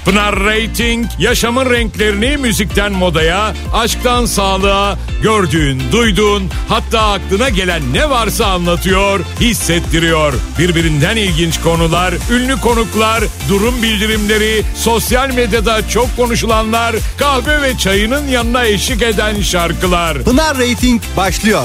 Pınar Rating, yaşamın renklerini müzikten modaya, aşktan sağlığa, gördüğün, duyduğun, hatta aklına gelen ne varsa anlatıyor, hissettiriyor. Birbirinden ilginç konular, ünlü konuklar, durum bildirimleri, sosyal medyada çok konuşulanlar, kahve ve çayının yanına eşlik eden şarkılar. Pınar Rating başlıyor.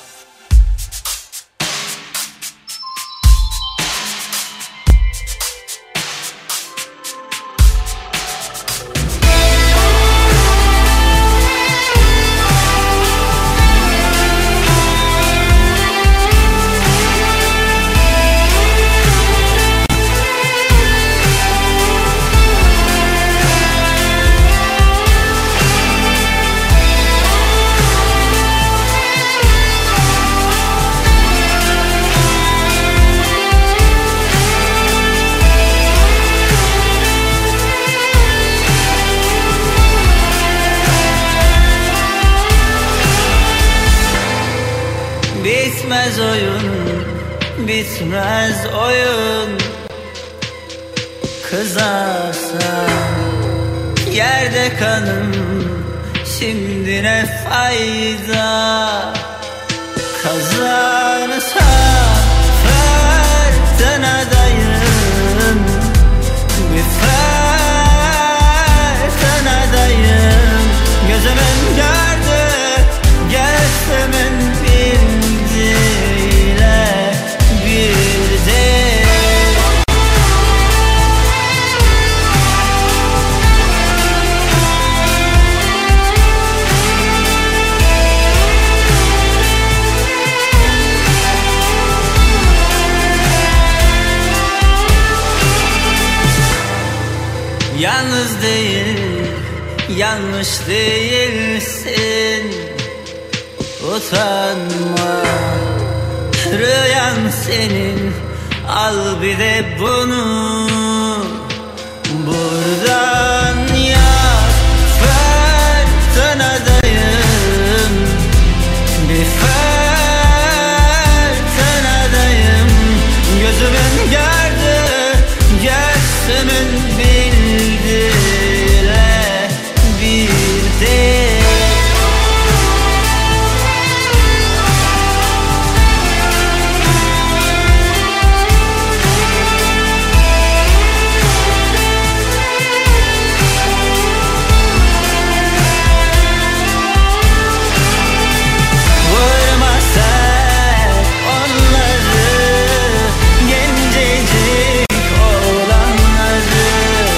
Bitmez oyun, bitmez oyun. Kızarsan yerde kanım, şimdi ne fayda? Kazanırsa fırtınadayım, bir fırtınadayım. Gözümün gördü, göğsümün bildiğiyle bir de. Yalnız değil, yanlış değilsin. Utanma, rüyan senin, al bir de bunu. Buradan yak, fırtınadayım, bir fırtınadayım. Gözümün gördü, göğsümün bildiğiyle bir de. Onları, gencecik olanları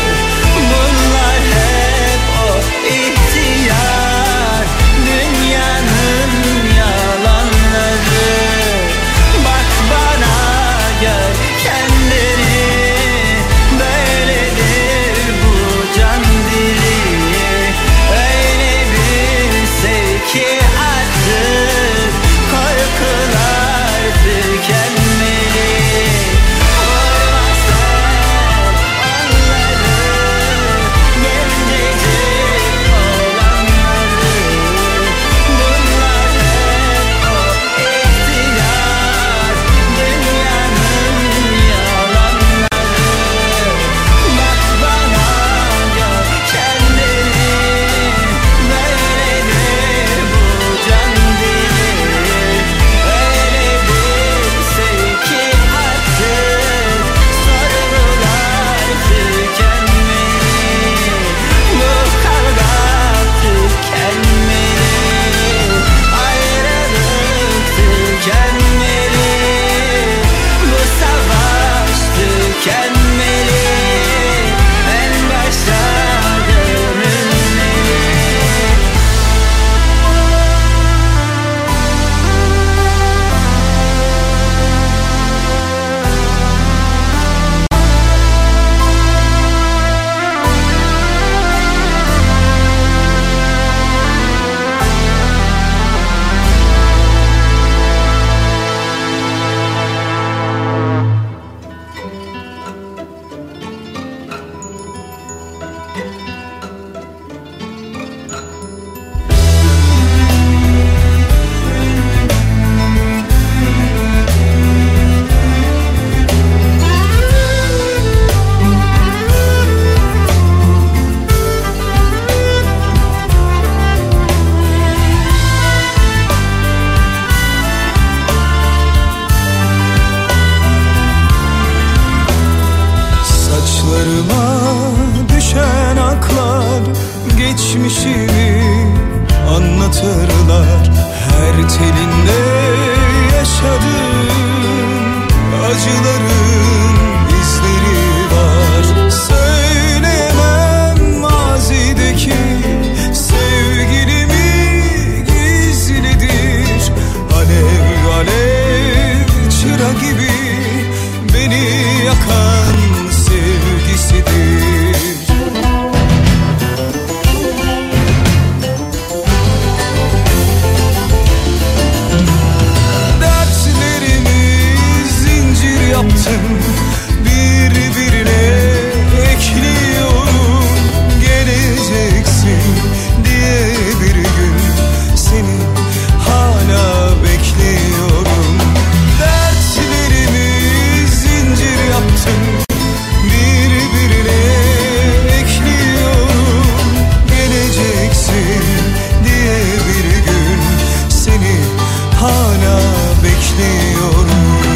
Kollarıma düşen aklar geçmişimi anlatırlar. Her telinde yaşadığım acıların izleri var. Söyleyemem mazideki sevgilimi gizlidir. Alev alev çıra gibi beni yakan sevgisidir. Dertlerimi zincir yaptım, birbirine ekliyorum. Geleceksin diye bir gün seni hala bekliyorum. Dertlerimi zincir yaptım, birbirine ekliyorum. Geleceksin diye bir gün seni hala bekliyorum.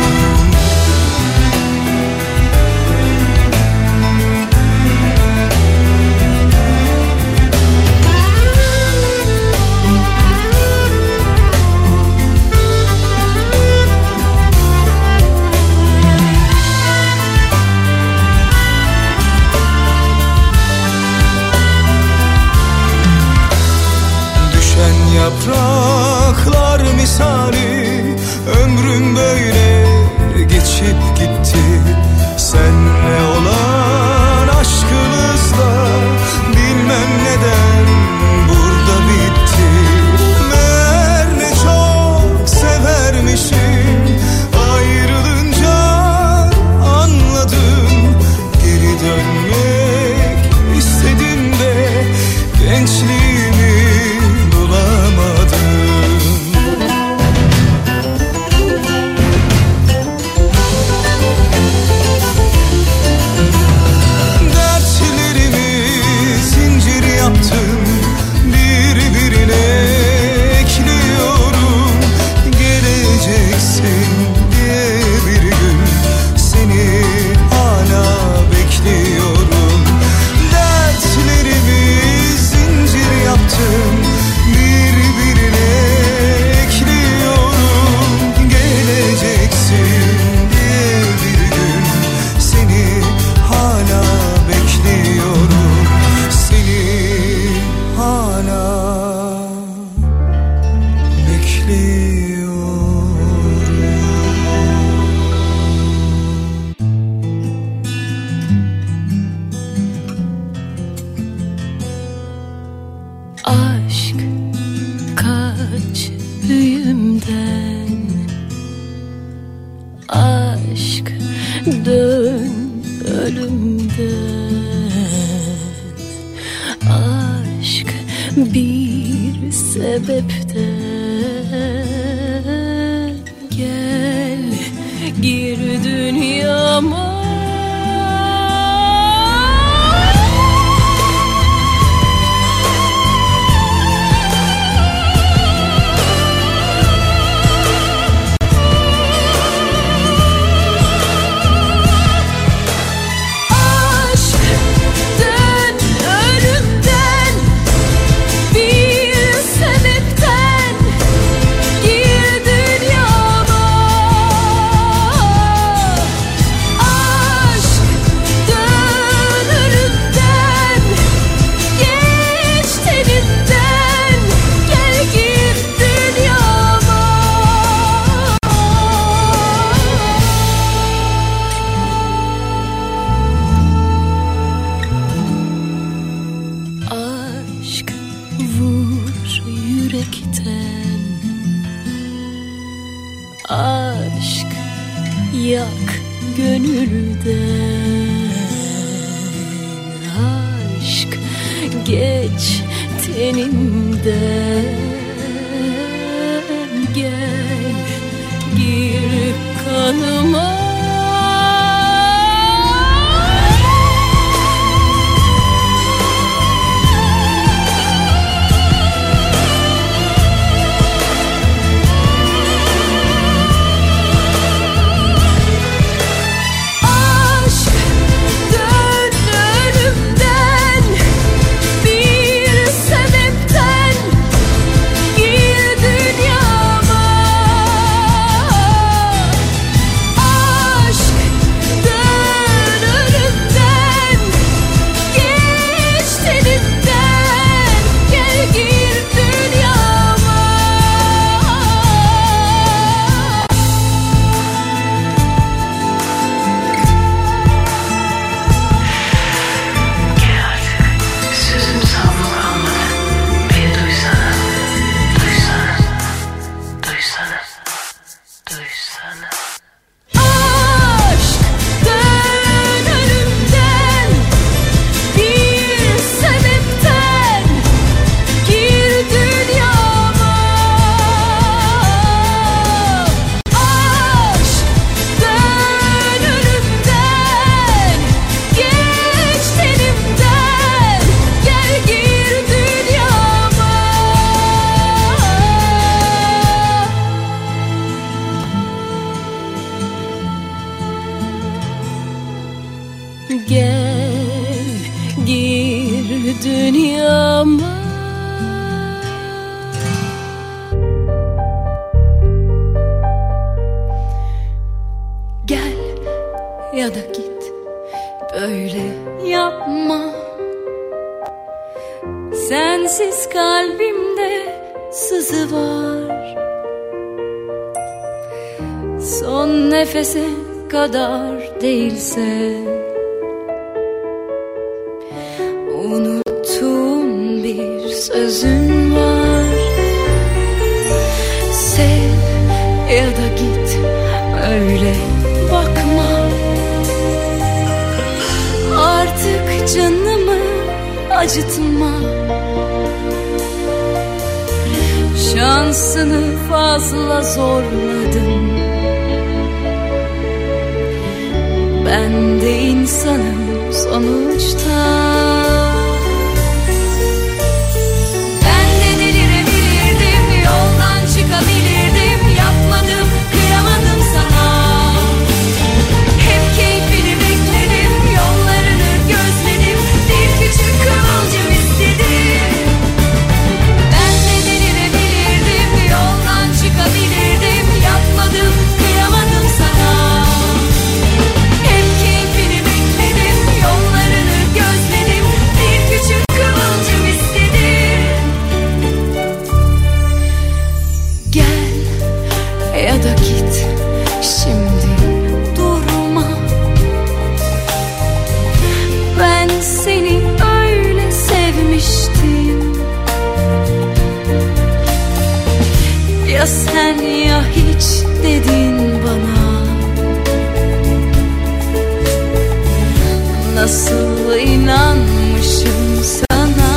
Yapraklar misali ömrüm böyle geçip gitti. Seninle olan aşkımızla bilmem neden burada bitti. Meğer ne çok severmişim, ayrılınca anladım. Geri dönmek istedim de gençliğimi bulamadım. Dertlerimi zincir yaptım, birbirine ekliyorum. Geleceksin diye bir gün seni hala bekliyorum. Dertlerimi zincir yaptım, birbirine ekliyorum. Geleceksin diye bir gün seni hala bekliyorum. Seni hala bekliyorum. Aşk kaç büyümden, aşk dön ölümden, aşk bir sebepten. Gel gir dünyama. Aşk yak gönülden, aşk geç tenimden. Gel gir kanıma. Aşk dön dünyama. Gel ya da git, böyle yapma. Sensiz kalbimde sızı var. Son nefese kadar değilse unuttuğum bir sözün var. Sev ya da git, öyle bakma. Artık canımı acıtma. Şansını fazla zorladın. Ben de insanım sonuçta. Ben de delirebilirdim, yoldan çıkabilirdim. Yapmadım, kıyamadım sana. Hep keyfini bekledim, yollarını gözledim. Bir küçük kıvılcım istedim. Ben de delirebilirdim, yoldan çıkabilirdim. Yapmadım, kıyamadım sana. Hep keyfini bekledim, yollarını gözledim. Bir küçük kıvılcım istedim. Gel ya da git, şimdi durma. Ben seni öyle sevmiştim. Ya sen ya hiç dedin bana. Nasıl inanmışım sana.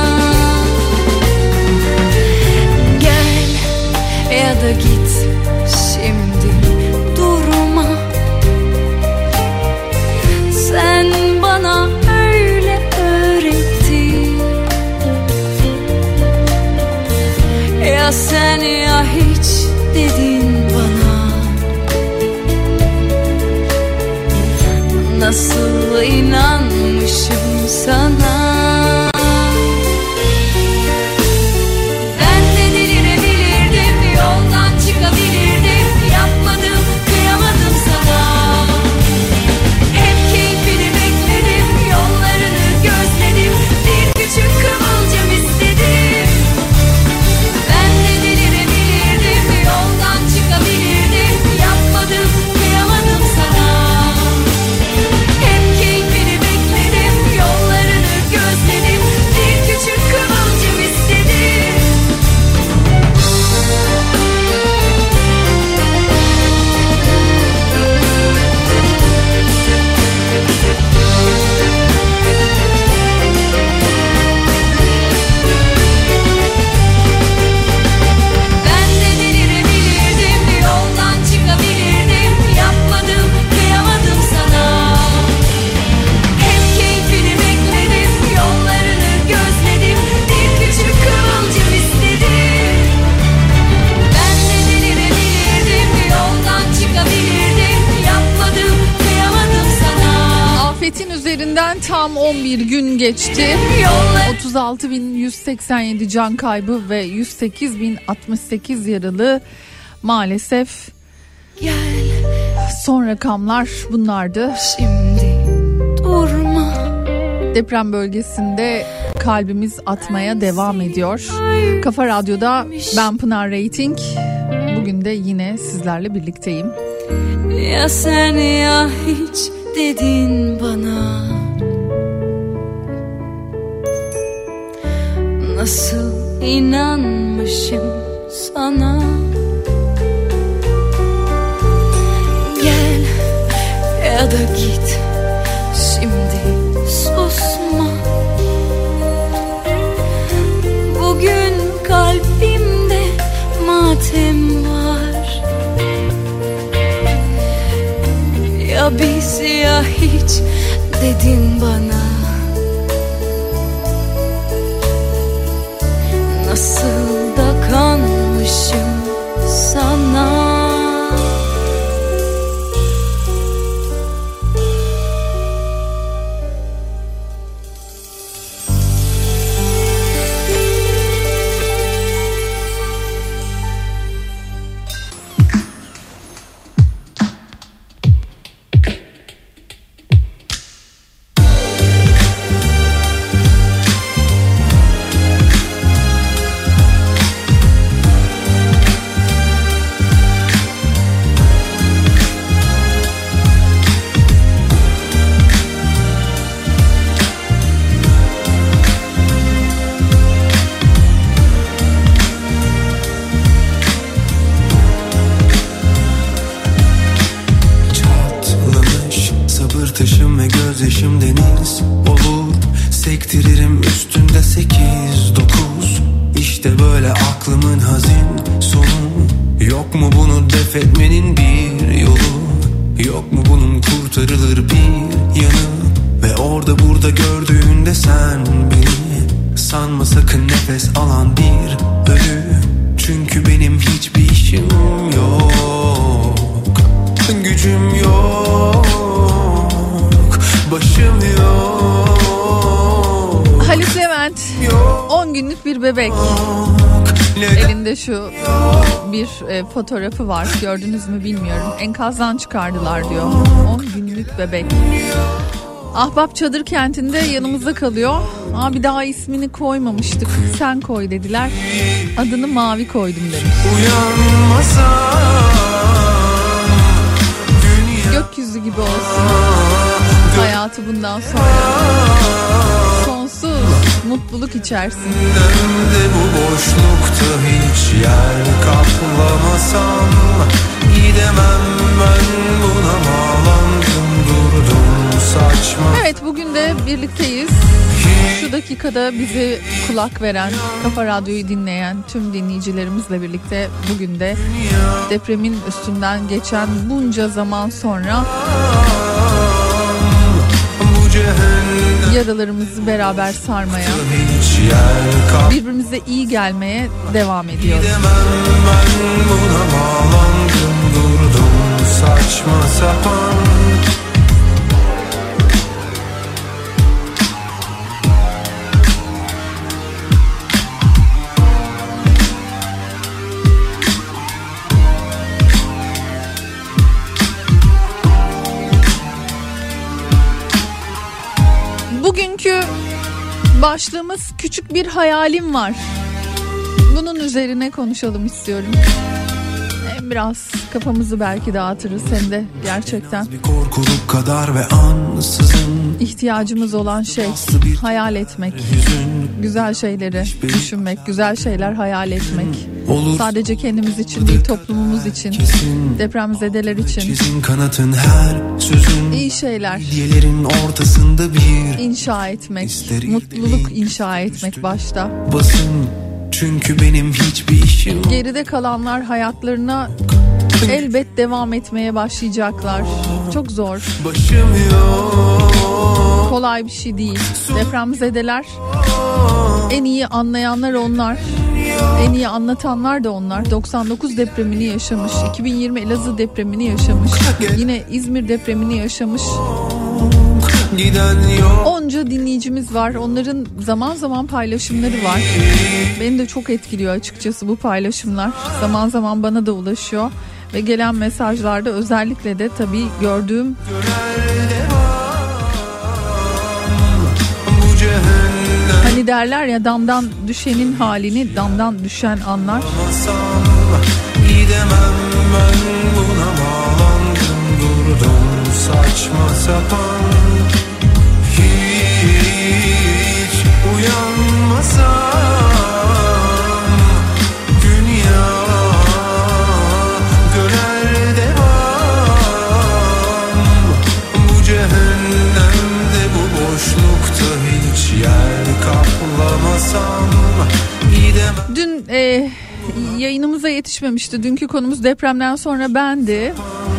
Gel ya da git, şimdi durma. Sen bana öyle öğrettin. Ya sen ya hiç dedin bana. Nasıl inanmışım sana. Ben de delirebilirdim, yoldan çıkabilirdim. Yapmadım, kıyamadım sana. Hep keyfini bekledim, yollarını gözledim. Bir küçük kıvılcım istedim. Ben de delirebilirdim, yoldan çıkabilirdim. Yapmadım, kıyamadım sana. Hep keyfini bekledim, yollarını gözledim. Bir küçük kıvılcım istedim. Ben de delirebilirdim, yoldan çıkabilirdim. Yapmadım, kıyamadım sana. Hep keyfini bekledim, yollarını gözledim. Bir küçük kıvılcım istedim. Ben de delirebilirdim, yoldan çıkabilirdim. Yapmadım, kıyamadım sana. Afetin üzerinden tam 11 gün geçti. Yollar 36.187 can kaybı ve 108.068 yaralı maalesef. gel, Son rakamlar bunlardı. şimdi durma. Deprem bölgesinde kalbimiz atmaya devam ediyor. Kafa Radyo'da ben Pınar Rating. Bugün de yine sizlerle birlikteyim. Ya sen ya hiç dedin bana. Nasıl inanmışım sana. Gel ya da git, şimdi susma. Bugün kalbimde matem var. Ya biz ya hiç dedin bana. Nasıl da kanmışım sana. aklımın hazin sonu. Yok mu bunu def etmenin bir yolu? Yok mu bunun kurtarılır bir yanı? Ve orada burada gördüğünde sen beni sanma sakın nefes alan bir ölü. Çünkü benim hiçbir işim yok, gücüm yok, başım yok. Haluk Levent 10 günlük bir bebek. Elinde şu bir fotoğrafı var, gördünüz mü bilmiyorum. Enkazdan çıkardılar diyor. 10 günlük bebek. Ahbap Çadır Kenti'nde yanımızda kalıyor. Bir daha ismini koymamıştık, sen koy dediler. Adını Mavi koydum demiş. Gökyüzü gibi olsun hayatı bundan sonra. Sonsuz mutluluk içersin. De bu boşlukta hiç yer kaplamasam gidemem ben, buna bağlandım durdum saçma. Evet, bugün de birlikteyiz. Şu dakikada bizi kulak veren, Kafa Radyo'yu dinleyen tüm dinleyicilerimizle birlikte bugün de depremin üstünden geçen bunca zaman sonra yaralarımızı beraber sarmaya, birbirimize iyi gelmeye devam ediyoruz. Ben buna bağlandım durdum saçma sapan. Bugünkü başlığımız küçük bir hayalim var. Bunun üzerine konuşalım istiyorum. Hem biraz kafamızı belki dağıtırız hem de gerçekten bir korkuluk kadar ve ansızın ihtiyacımız olan şey hayal etmek, güzel şeyleri düşünmek, güzel şeyler hayal etmek. Sadece kendimiz için değil, toplumumuz için, depremzedeler için. Kanatın her sözün iyi şeyler ortasında bir inşa etmek, mutluluk inşa etmek başta. Basın, çünkü benim hiçbir işim. Geride kalanlar hayatlarına elbet devam etmeye başlayacaklar. Çok zor. Başım yok. Kolay bir şey değil. Depremzedeler. En iyi anlayanlar onlar. En iyi anlatanlar da onlar. 99 depremini yaşamış. 2020 Elazığ depremini yaşamış. Yine İzmir depremini yaşamış. Onca dinleyicimiz var. Onların zaman zaman paylaşımları var. Beni de çok etkiliyor açıkçası bu paylaşımlar. Zaman zaman bana da ulaşıyor. Ve gelen mesajlarda özellikle de tabii gördüğüm hani derler ya, damdan düşenin halini, damdan düşen anlar. Gidemem ben, buna bağlandım durdum saçma sapan. Hiç uyanmasam dünya döner devam. Bu cehennemde bu boşlukta hiç yer kaplamasam gidemem. Dün yayınımıza yetişmemişti. Dünkü konumuz depremden sonra bendi.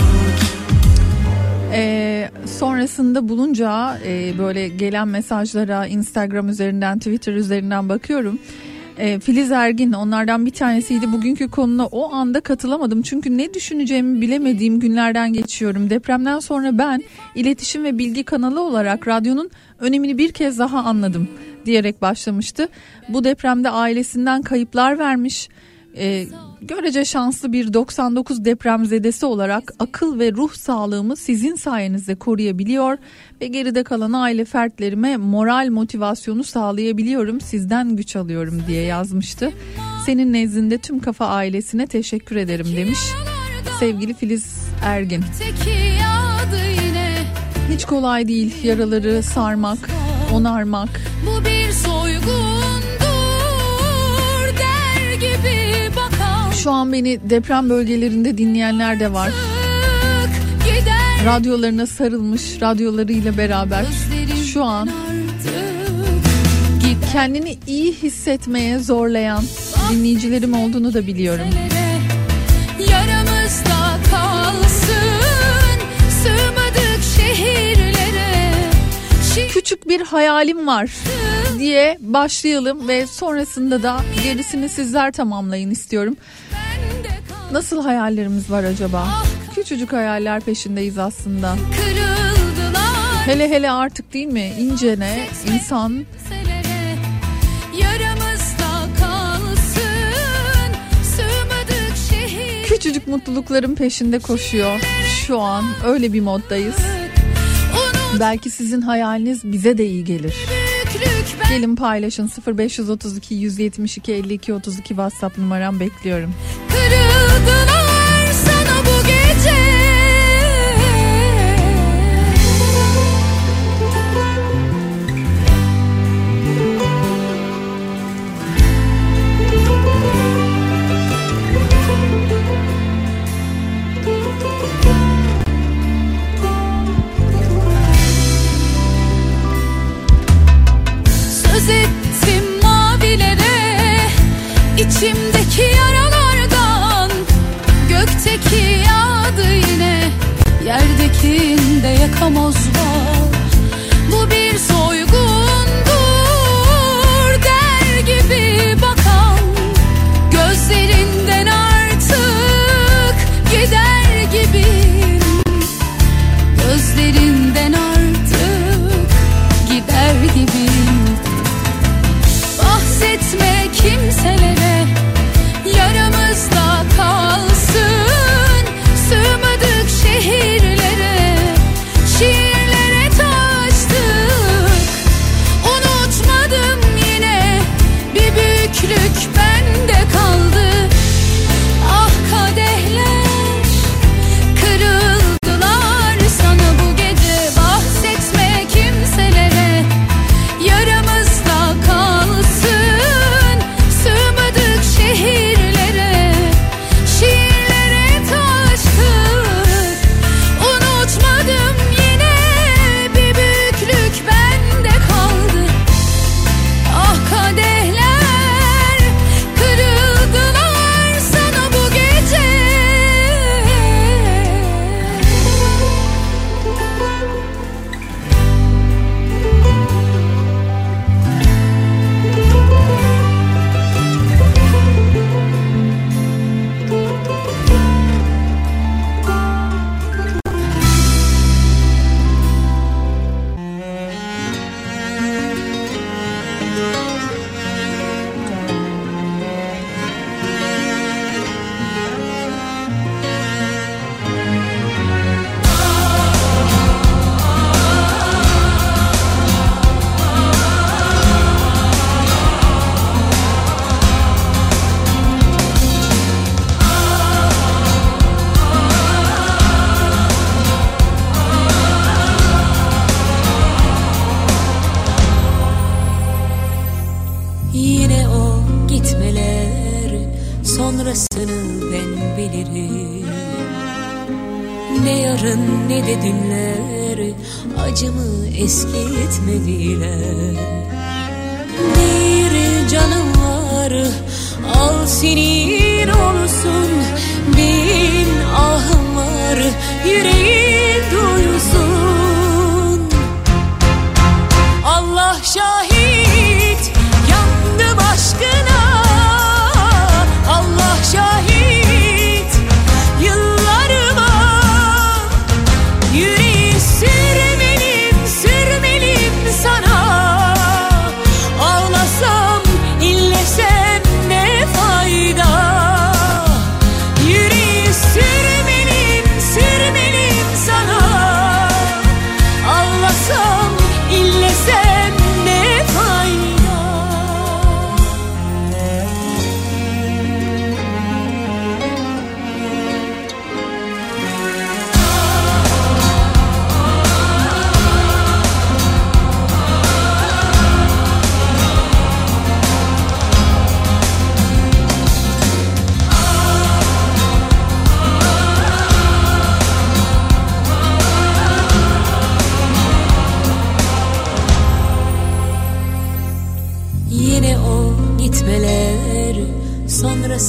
Sonrasında bulunca böyle gelen mesajlara Instagram üzerinden, Twitter üzerinden bakıyorum. Filiz Ergin onlardan bir tanesiydi. Bugünkü konuna o anda katılamadım. Çünkü ne düşüneceğimi bilemediğim günlerden geçiyorum. Depremden sonra ben iletişim ve bilgi kanalı olarak radyonun önemini bir kez daha anladım diyerek başlamıştı. Bu depremde ailesinden kayıplar vermiş, görece şanslı bir 99 depremzedesi olarak akıl ve ruh sağlığımı sizin sayenizde koruyabiliyor ve geride kalan aile fertlerime moral motivasyonu sağlayabiliyorum, sizden güç alıyorum diye yazmıştı. Senin nezdinde tüm Kafa ailesine teşekkür ederim demiş sevgili Filiz Ergin. Hiç kolay değil yaraları sarmak, onarmak. Bu bir soygundur der gibi bakan. Şu an beni deprem bölgelerinde dinleyenler de var. Radyolarına sarılmış, radyolarıyla beraber şu an kendini iyi hissetmeye zorlayan, dinleyicilerim olduğunu da biliyorum. Yaramızda kalsın, sığmadık şehirlere. Küçük bir hayalim var diye başlayalım ve sonrasında da gerisini sizler tamamlayın istiyorum. Nasıl hayallerimiz var acaba? Küçücük hayaller peşindeyiz aslında. Hele hele artık değil mi? İncene insan küçücük mutlulukların peşinde koşuyor. Şu an öyle bir moddayız. Belki sizin hayaliniz bize de iyi gelir. Gelin paylaşın. 0532 172 52 32 WhatsApp numaram, bekliyorum. Kırıldılar sana bu gece. Söz ettim mavilere, içimdeki yaralardan. Gökteki yağdı yine, yerdekinde yakamoz var. Bu bir soygundur der gibi bakan, gözlerinden artık gider gibiyim. Gözlerinden artık gider gibiyim. Bahsetme kimselere, yaramızda kalsın, sığmadık şehirlere, şiirlere taştık. Unutmadım yine, bir büyüklük bende kaldı. Ah kadehler kırıldılar sana bu gece. Bahsetme kimselere, yaramızda kalsın, sığmadık şehirlere, şiirlere taştık. Unutmadım yine, bir büyüklük bende kaldı. Ah kadehler kırıldılar sana bu gece. Yine o gitmeler, sonrasını ben bilirim. Ne yarın ne de dünler, acımı eskitmediler. Bir canım var, al senin olsun. Bin ahım var, yüreğin duysun. Allah şahit, yandım aşkına. Allah şahit, yıllarıma. Yüreği sürmelim, sürmelim sana.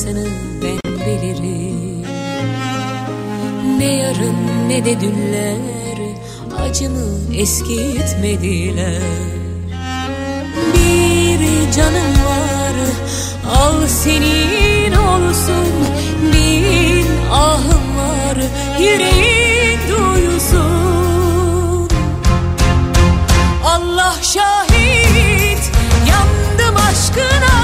sonrasını ben bilirim. Ne yarın ne de dünler acımı eskitmediler. Bir canım var, al senin olsun. Bin ahım var, yüreğin duysun. Allah şahit, yandım aşkına.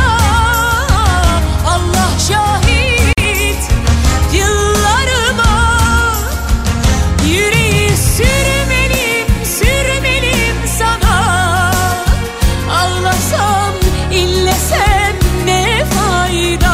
Allah şahit, yıllarıma. Yüreği sürmelim, sürmelim sana. Ağlasam, inlesem ne fayda.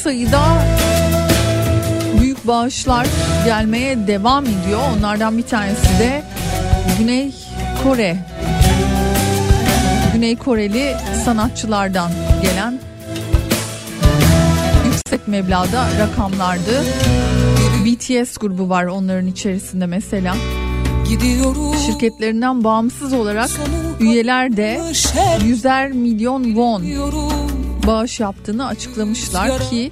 sayıda büyük bağışlar gelmeye devam ediyor. Onlardan bir tanesi de Güney Kore. Güney Koreli sanatçılardan gelen yüksek meblağda rakamlardı. BTS grubu var onların içerisinde mesela. Şirketlerinden bağımsız olarak üyeler de 100'er milyon won bağış yaptığını açıklamışlar ki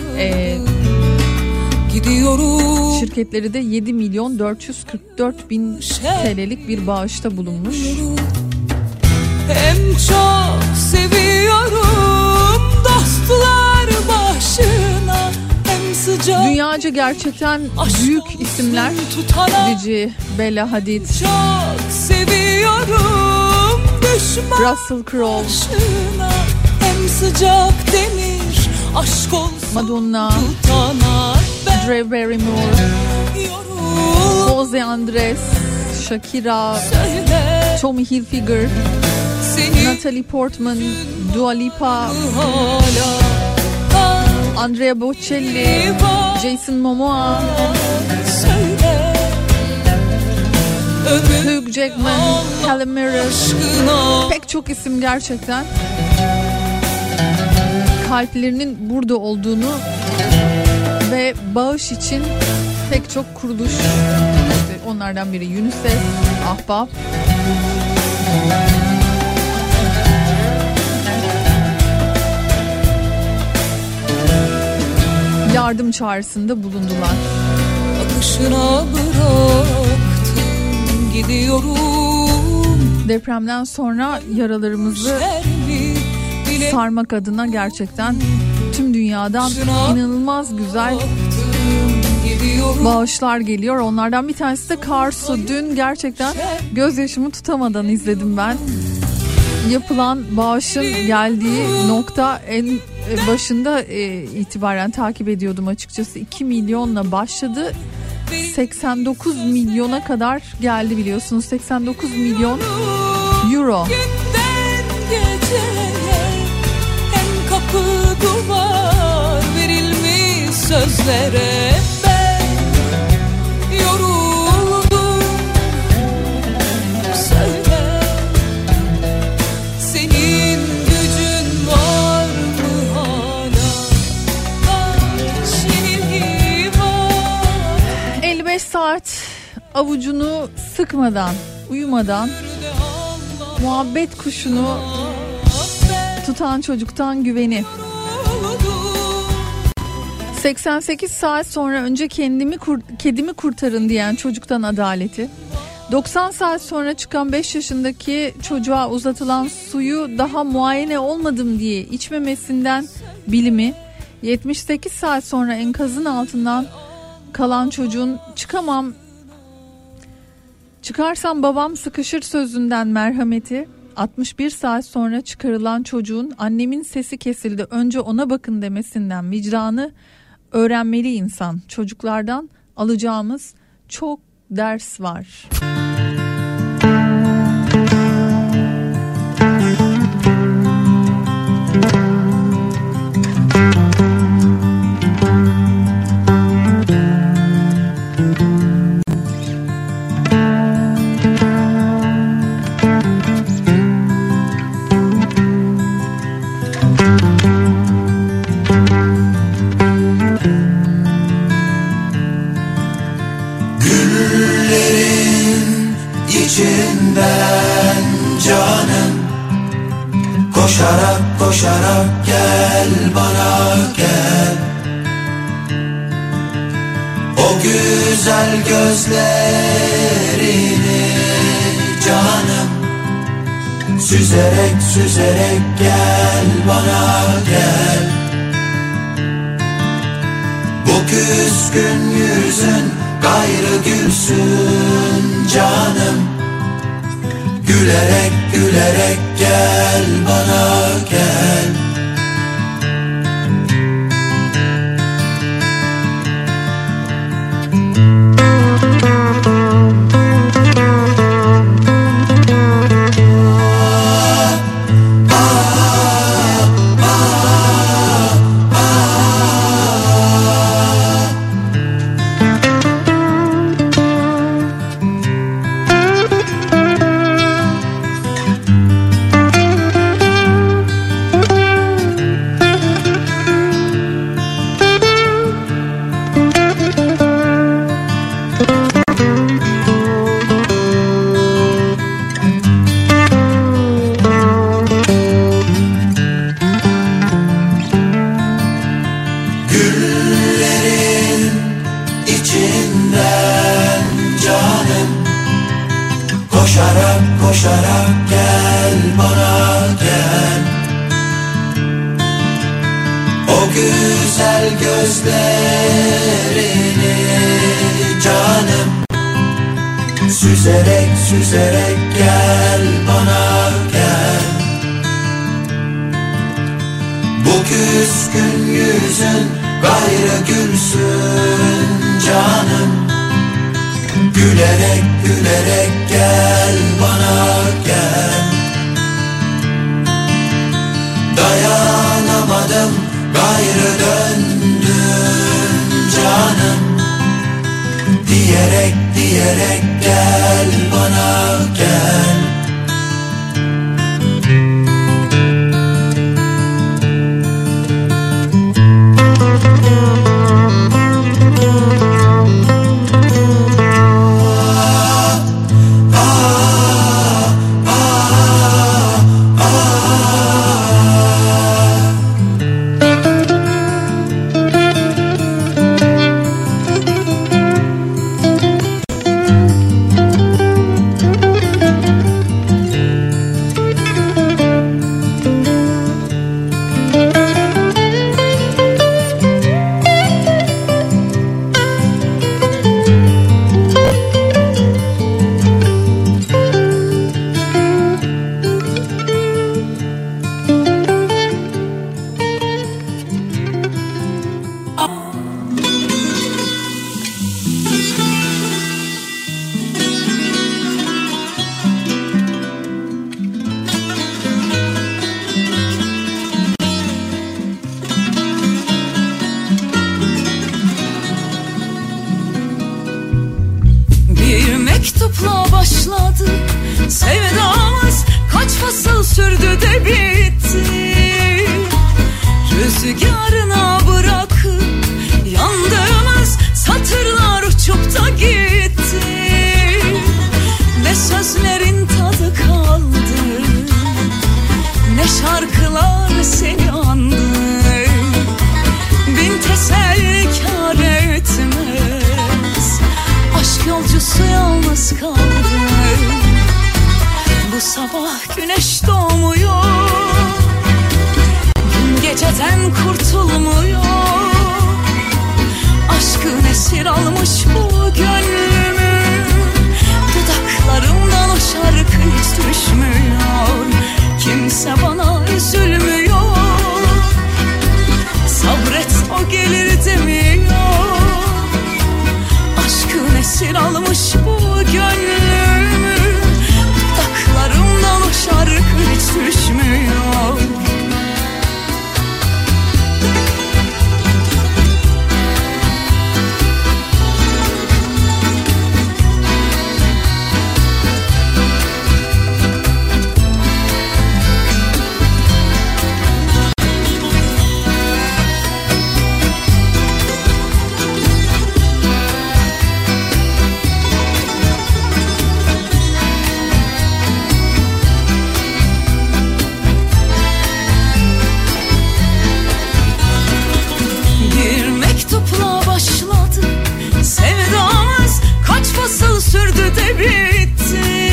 şirketleri de 7 milyon 444 bin TL'lik bir bağışta bulunmuş. Hem çok seviyorum dostlar başına, hem sıcak. Dünyaca gerçekten büyük isimler. Cici, Bella Hadid, Çok seviyorum düşman Russell Crowe, başına, hem sıcak demir aşk olsun Madonna, tutana ben Drew Barrymore, yorum Jose Andres, Shakira, söyle Tommy Hilfiger, seni Natalie Portman, Dua Lipa, hala Andrea Bocelli, Jason Momoa, söyle ömür Hugh Jackman, Helen Mirren, aşkına pek çok isim gerçekten kalplerinin burada olduğunu ve bağış için pek çok kuruluş, işte onlardan biri UNICEF, Ahbap, yardım çağrısında bulundular. akışına bıraktım gidiyorum. Depremden sonra yaralarımızı Şerbi bile sarmak adına gerçekten tüm dünyadan inanılmaz güzel gidiyorum. bağışlar geliyor. Onlardan bir tanesi de Karsu. Dün gerçekten gözyaşımı tutamadan izledim ben. Yapılan bağışın geldiği nokta en başında itibaren takip ediyordum açıkçası. 2 milyonla başladı. 89 milyona kadar geldi biliyorsunuz. 89 milyon euro. Günden geceye hem kapı duvar verilmiş sözlere ben yoruldum. Söyle senin gücün var mı hala? Kaç yenilgi var? 55 saat avucunu sıkmadan, uyumadan muhabbet kuşunu tutan çocuktan güveni. 88 saat sonra önce kedimi kurtarın diyen çocuktan adaleti. 90 saat sonra çıkan 5 yaşındaki çocuğa uzatılan suyu daha muayene olmadım diye içmemesinden bilimi. 78 saat sonra enkazın altından kalan çocuğun çıkarsam babam sıkışır sözünden merhameti. 61 saat sonra çıkarılan çocuğun annemin sesi kesildi önce ona bakın demesinden vicdanı öğrenmeli insan. Çocuklardan alacağımız çok ders var. içinden canım, koşarak koşarak gel bana gel. O güzel gözlerini canım, süzerek süzerek gel bana gel. Bu küskün yüzün gayrı gülsün canım, gülerek gülerek gel bana gel. Koşarak koşarak gel bana gel. O güzel gözlerini canım, süzerek süzerek gel bana gel. Bu küskün yüzün gayrı gülsün canım, gülerek gülerek gel bana gel. Dayanamadım gayrı döndüm canım, diyerek diyerek gel bana gel. mektupla başladı sevdamız, kaç fasıl sürdü de bitti. Rüzgarına bırakıp yandığımız satırlar uçup da gitti. Ne sözlerin tadı kaldı, ne şarkılar seni andı. Bin teselli kâr etmez, aşk yolcusu yalnız kaldı. Bu sabah güneş doğmuyor, gün geceden kurtulmuyor. Aşkın esir almış bu gönlümü, dudaklarımdan o şarkı hiç düşmüyor. Kimse bana üzülmüyor, sabret o gelir demiyor. Aşkın esir almış bu gönlümü, dudaklarımdan o şarkı hiç düşmüyor. Fasıl sürdü de bitti.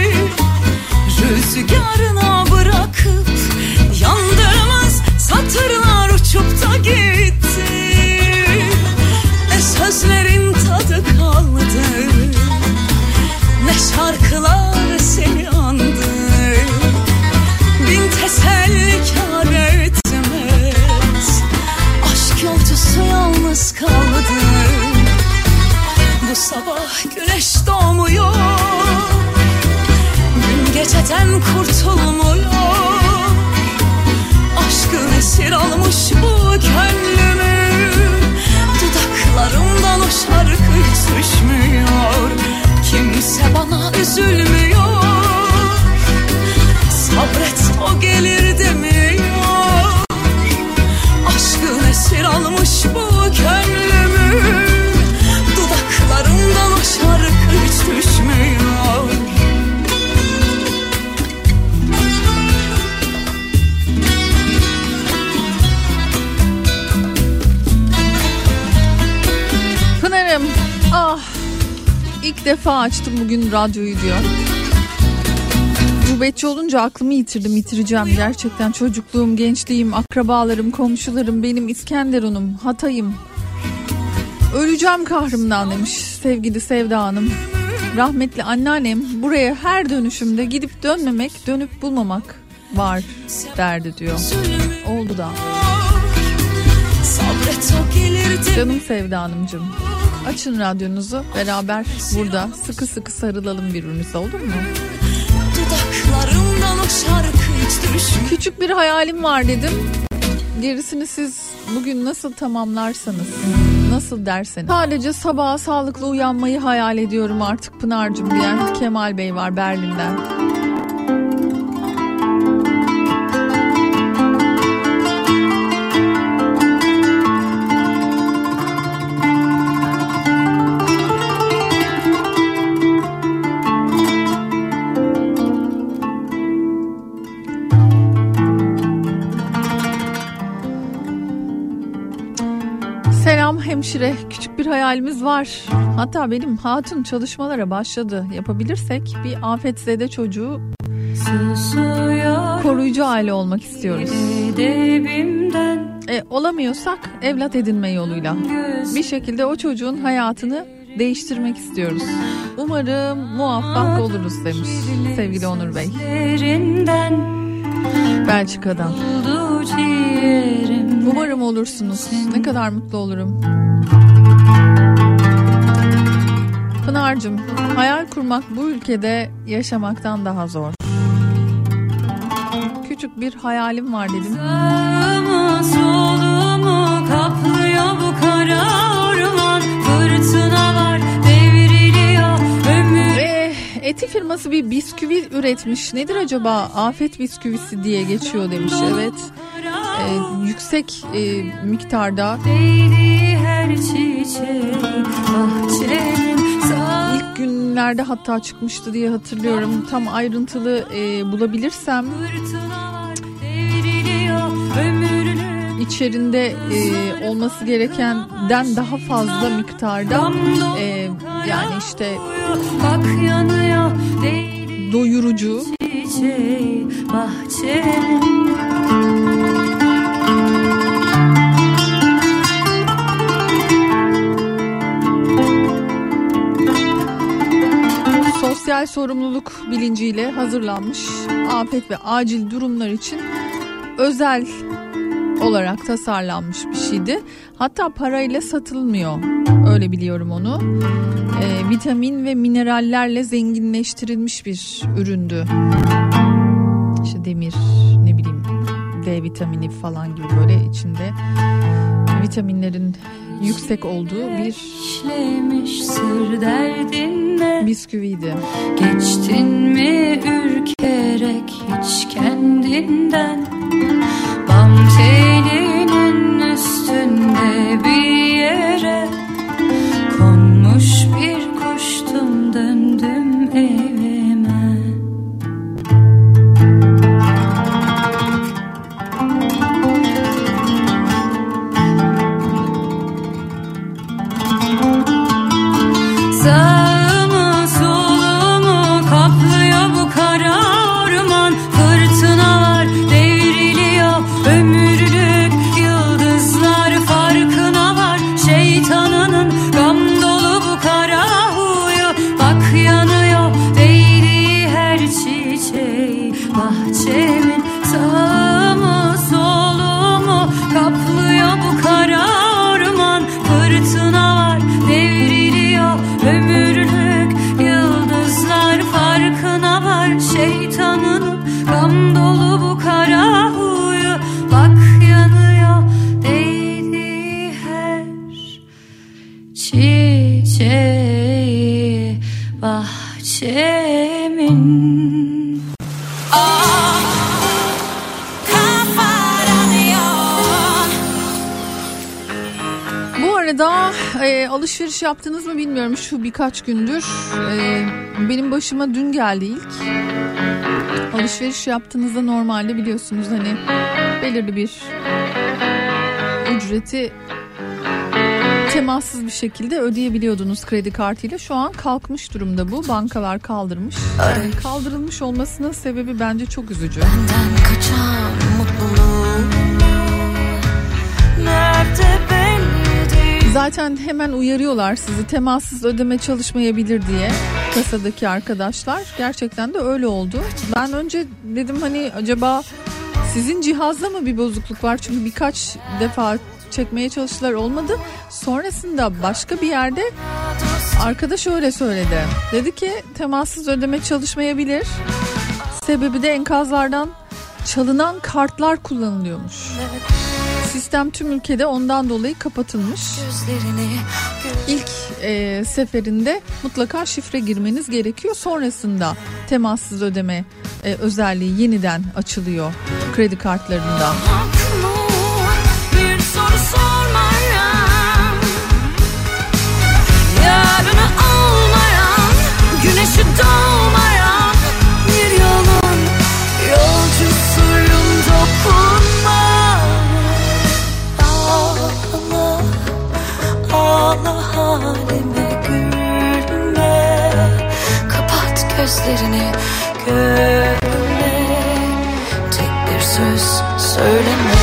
Rüzgarına bırakıp yandığımız satırlar uçup da gitti. Ne sözlerin tadı kaldı, ne şarkılar seni andı. Bin teselli kâr etmez, aşk yolcusu yalnız kaldı. Bu sabah güneş doğmuyor, gün geceden kurtulmuyor. Aşkın esir almış bu gönlümü, dudaklarımdan o şarkı hiç düşmüyor. Kimse bana üzülmüyor, sabret o gelir demiyor. Aşkın esir almış bu gönlümü, dudaklarımdan o şarkı hiç düşmüyor. Pınar'ım, ah ilk defa açtım bugün radyoyu diyor. Gurbetçi olunca aklımı yitireceğim gerçekten. Çocukluğum, gençliğim, akrabalarım, komşularım, benim İskenderun'um, Hatay'ım. Öleceğim kahrımdan demiş sevgili Sevda Hanım. Rahmetli anneannem buraya her dönüşümde gidip dönmemek, dönüp bulmamak var derdi diyor. Oldu da. Canım Sevda Hanımcığım, açın radyonuzu, beraber burada sıkı sıkı sarılalım birbirimize, olur mu? Küçük bir hayalim var dedim. Gerisini siz bugün nasıl tamamlarsanız, nasıl derseniz. Sadece sabaha sağlıklı uyanmayı hayal ediyorum artık Pınar'cığım diyen Kemal Bey var Berlin'den. Hemşire, küçük bir hayalimiz var. Hatta benim hatun çalışmalara başladı. Yapabilirsek bir afetzede çocuğu koruyucu aile olmak istiyoruz. Olamıyorsak evlat edinme yoluyla bir şekilde o çocuğun hayatını değiştirmek istiyoruz. Umarım muvaffak oluruz demiş sevgili Onur Bey. Belçika'dan. Umarım olursunuz. Ne kadar mutlu olurum. Pınar'cığım, hayal kurmak bu ülkede yaşamaktan daha zor. Küçük bir hayalim var dedim. Sağımı solumu kaplıyor bu kara orman, fırtınalar devriliyor ömür. Eti firması bir bisküvi üretmiş. Nedir acaba? Afet bisküvisi diye geçiyor demiş. Evet. Yüksek miktarda. İlk günlerde hatta çıkmıştı diye hatırlıyorum. Tam ayrıntılı bulabilirsem. İçerinde olması gerekenden daha fazla miktarda yani işte doyurucu. Sosyal sorumluluk bilinciyle hazırlanmış afet ve acil durumlar için özel olarak tasarlanmış bir şeydi. Hatta parayla satılmıyor. Öyle biliyorum onu. Vitamin ve minerallerle zenginleştirilmiş bir üründü. İşte demir, ne bileyim D vitamini falan gibi böyle içinde vitaminlerin yüksek olduğu bir bisküviydi. Geçtin mi ürkerek hiç kendinden, bam telinin üstünde bir yere konmuş bir kuştum, döndüm evime. Sağımı solumu kaplıyor bu kara orman, fırtınalar devriliyor ömürlük yıldızlar farkına var. Şeytanının gam dolu bu kara huyu, bak yanıyor değdiği her çiçeği bahçemin. Sağımı solumu kaplıyor bu kara orman, fırtınalar devriliyor ömürlük yıldızlar farkına var. Şeytanın gam dolu bu kara huyu, bak yanıyor değdiği her çiçeği bahçemin. Bu arada alışveriş yaptınız mı bilmiyorum şu birkaç gündür. Benim başıma dün geldi ilk. Alışveriş yaptığınızda normalde biliyorsunuz belirli bir ücreti temassız bir şekilde ödeyebiliyordunuz kredi kartıyla. Şu an kalkmış durumda bu. Bankalar kaldırmış. Kaldırılmış olmasının sebebi bence çok üzücü. Benden kaçan mutluluğum nerede belli değil. Zaten hemen uyarıyorlar sizi, temassız ödeme çalışmayabilir diye kasadaki arkadaşlar. Gerçekten de öyle oldu. Ben önce dedim hani acaba sizin cihazda mı bir bozukluk var? Çünkü birkaç defa çekmeye çalıştılar, olmadı. Sonrasında başka bir yerde arkadaş öyle söyledi. Dedi ki temassız ödeme çalışmayabilir. Sebebi de enkazlardan çalınan kartlar kullanılıyormuş. Sistem tüm ülkede ondan dolayı kapatılmış. İlk seferinde mutlaka şifre girmeniz gerekiyor. Sonrasında temassız ödeme özelliği yeniden açılıyor kredi kartlarında. Bir soru sormayan, yarını olmayan, güneşi doğmayan bir yolun yolcusuyum, dokunma. Ağla, ağla halime, gülme. Kapat gözlerini, görme. Tek bir söz söyleme.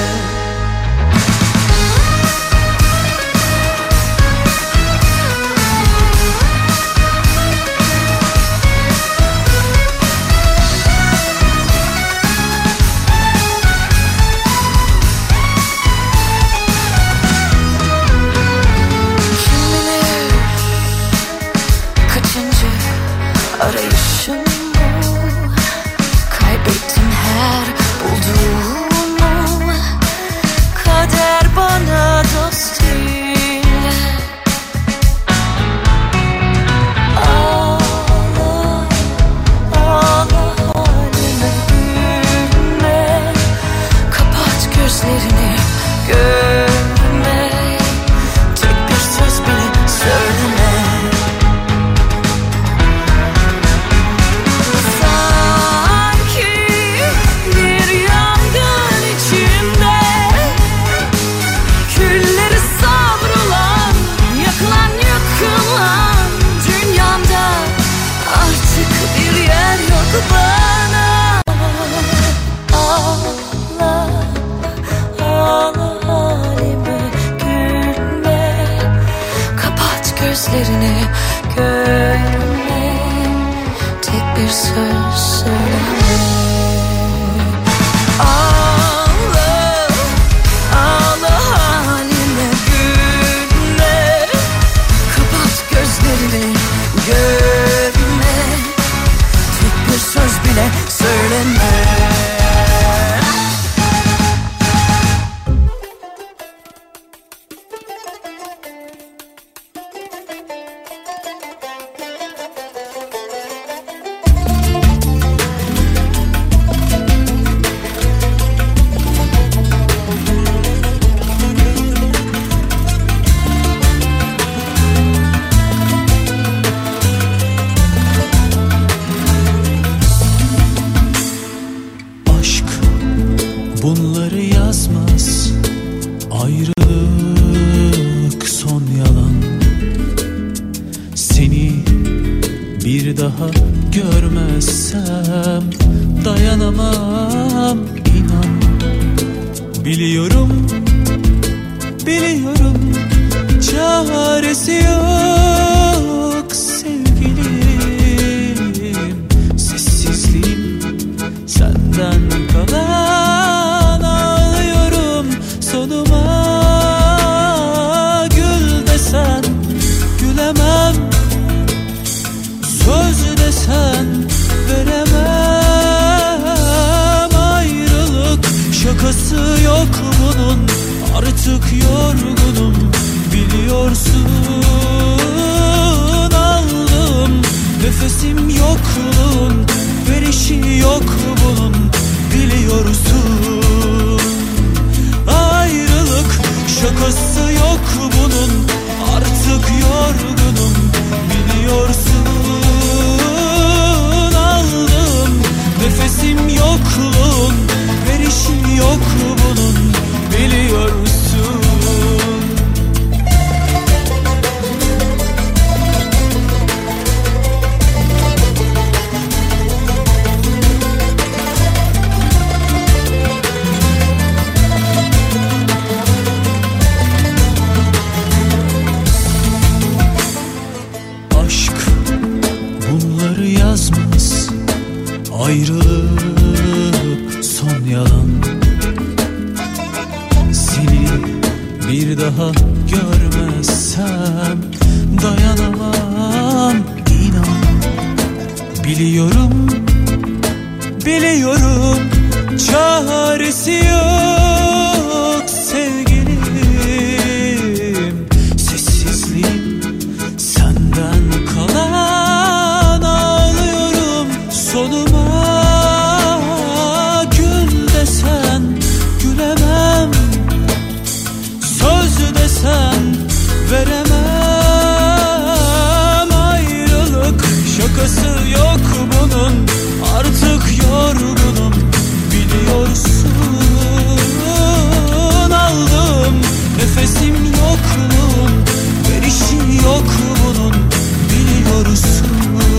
Arayışım bu, kaybettim her bulduğumu. Kader bana dost değil. Ağla, ağla halime, gülme. Kapat gözlerini, görme. Tek bir söz bile söyleme. Bana ağla, ağla halime, gülme. Kapat gözlerini, görme. Tek bir söz söyleme. Ağla, ağla halime, gülme. Kapat gözlerini, görme. Bir söz bile söyleme. Bunları yazmaz, ayrılık son yalan. Seni bir daha görmezsem dayanamam, inan. Biliyorum, biliyorum, çaresi yok sevgilim. Sessizliğim senden kalan, ağlıyorum sonuma. Gül desen gülemem, söz desen veremem. Ayrılık şakası yok bunun, artık yorgunum biliyorsun. Ayrılık son yalan, seni bir daha görmezsem dayanamam inan. Biliyorum, biliyorum çaresi yok sevgilim. Sessizliğim senden kalan, ağlıyorum sonuma. Gül desen gülemem, söz desen veremem. Ayrılık şakası yok bunun, artık yorgunum biliyorsun. Aldım nefesim yokluğun, verişi yok bunun biliyorsun.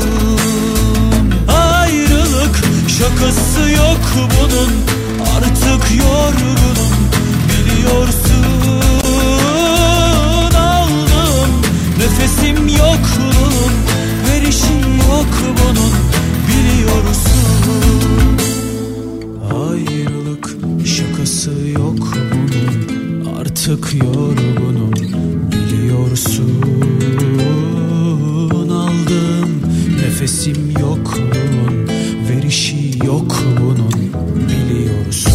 Ayrılık şakası yok bunun, artık yorgunum biliyorsun. Aldım nefesim yokluğun, verişi yok bunun biliyorsun. Ayrılık şakası yok bunun, artık yorgunum biliyorsun. Aldım nefesim yokluğun, verişi yok bunun biliyorsun.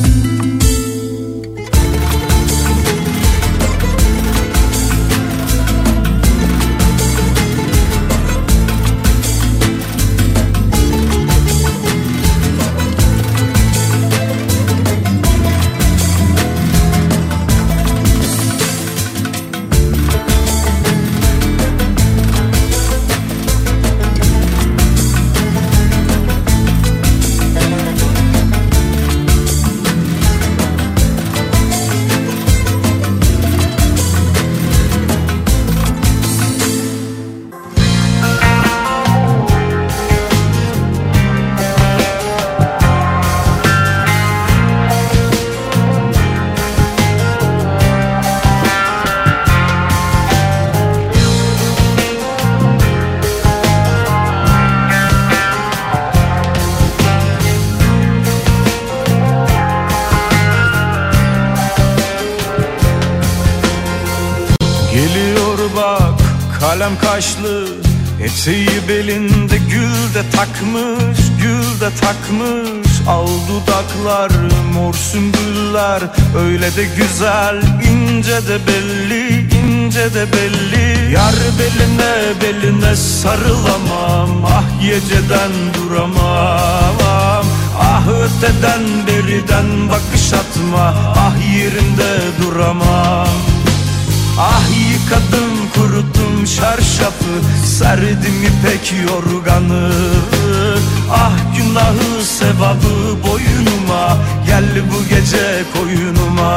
Kalem kaşlı, eteği belinde, gül de takmış, gül de takmış. Al dudaklar, mor sümbüller, öyle de güzel, ince de belli, ince de belli. Yar beline, beline sarılamam, ah geceden duramam. Ah öteden beriden bakış atma, ah yerimde duramam. Ah yıkadım kuruttum çarşafı, serdim ipek yorganı. Ah günahı sevabı boynuma, gel bu gece koyunuma.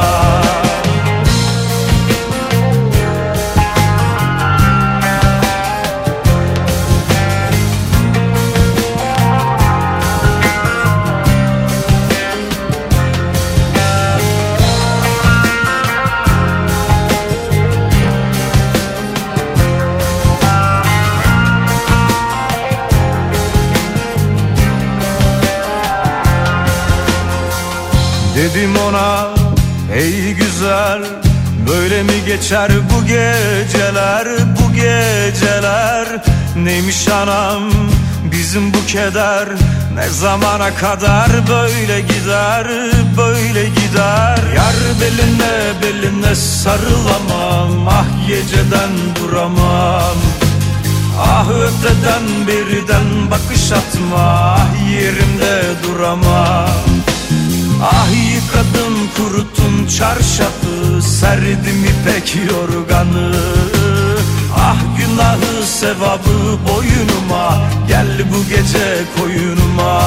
Dedim ona ey güzel, böyle mi geçer bu geceler, bu geceler. Neymiş anam bizim bu keder, ne zamana kadar böyle gider, böyle gider. Yar beline, beline sarılamam, ah geceden duramam. Ah öteden beriden bakış atma, ah yerimde duramam. Ah yıkadım kuruttum çarşafı, serdim ipek yorganı. Ah günahı sevabı boynuma, gel bu gece koyunuma.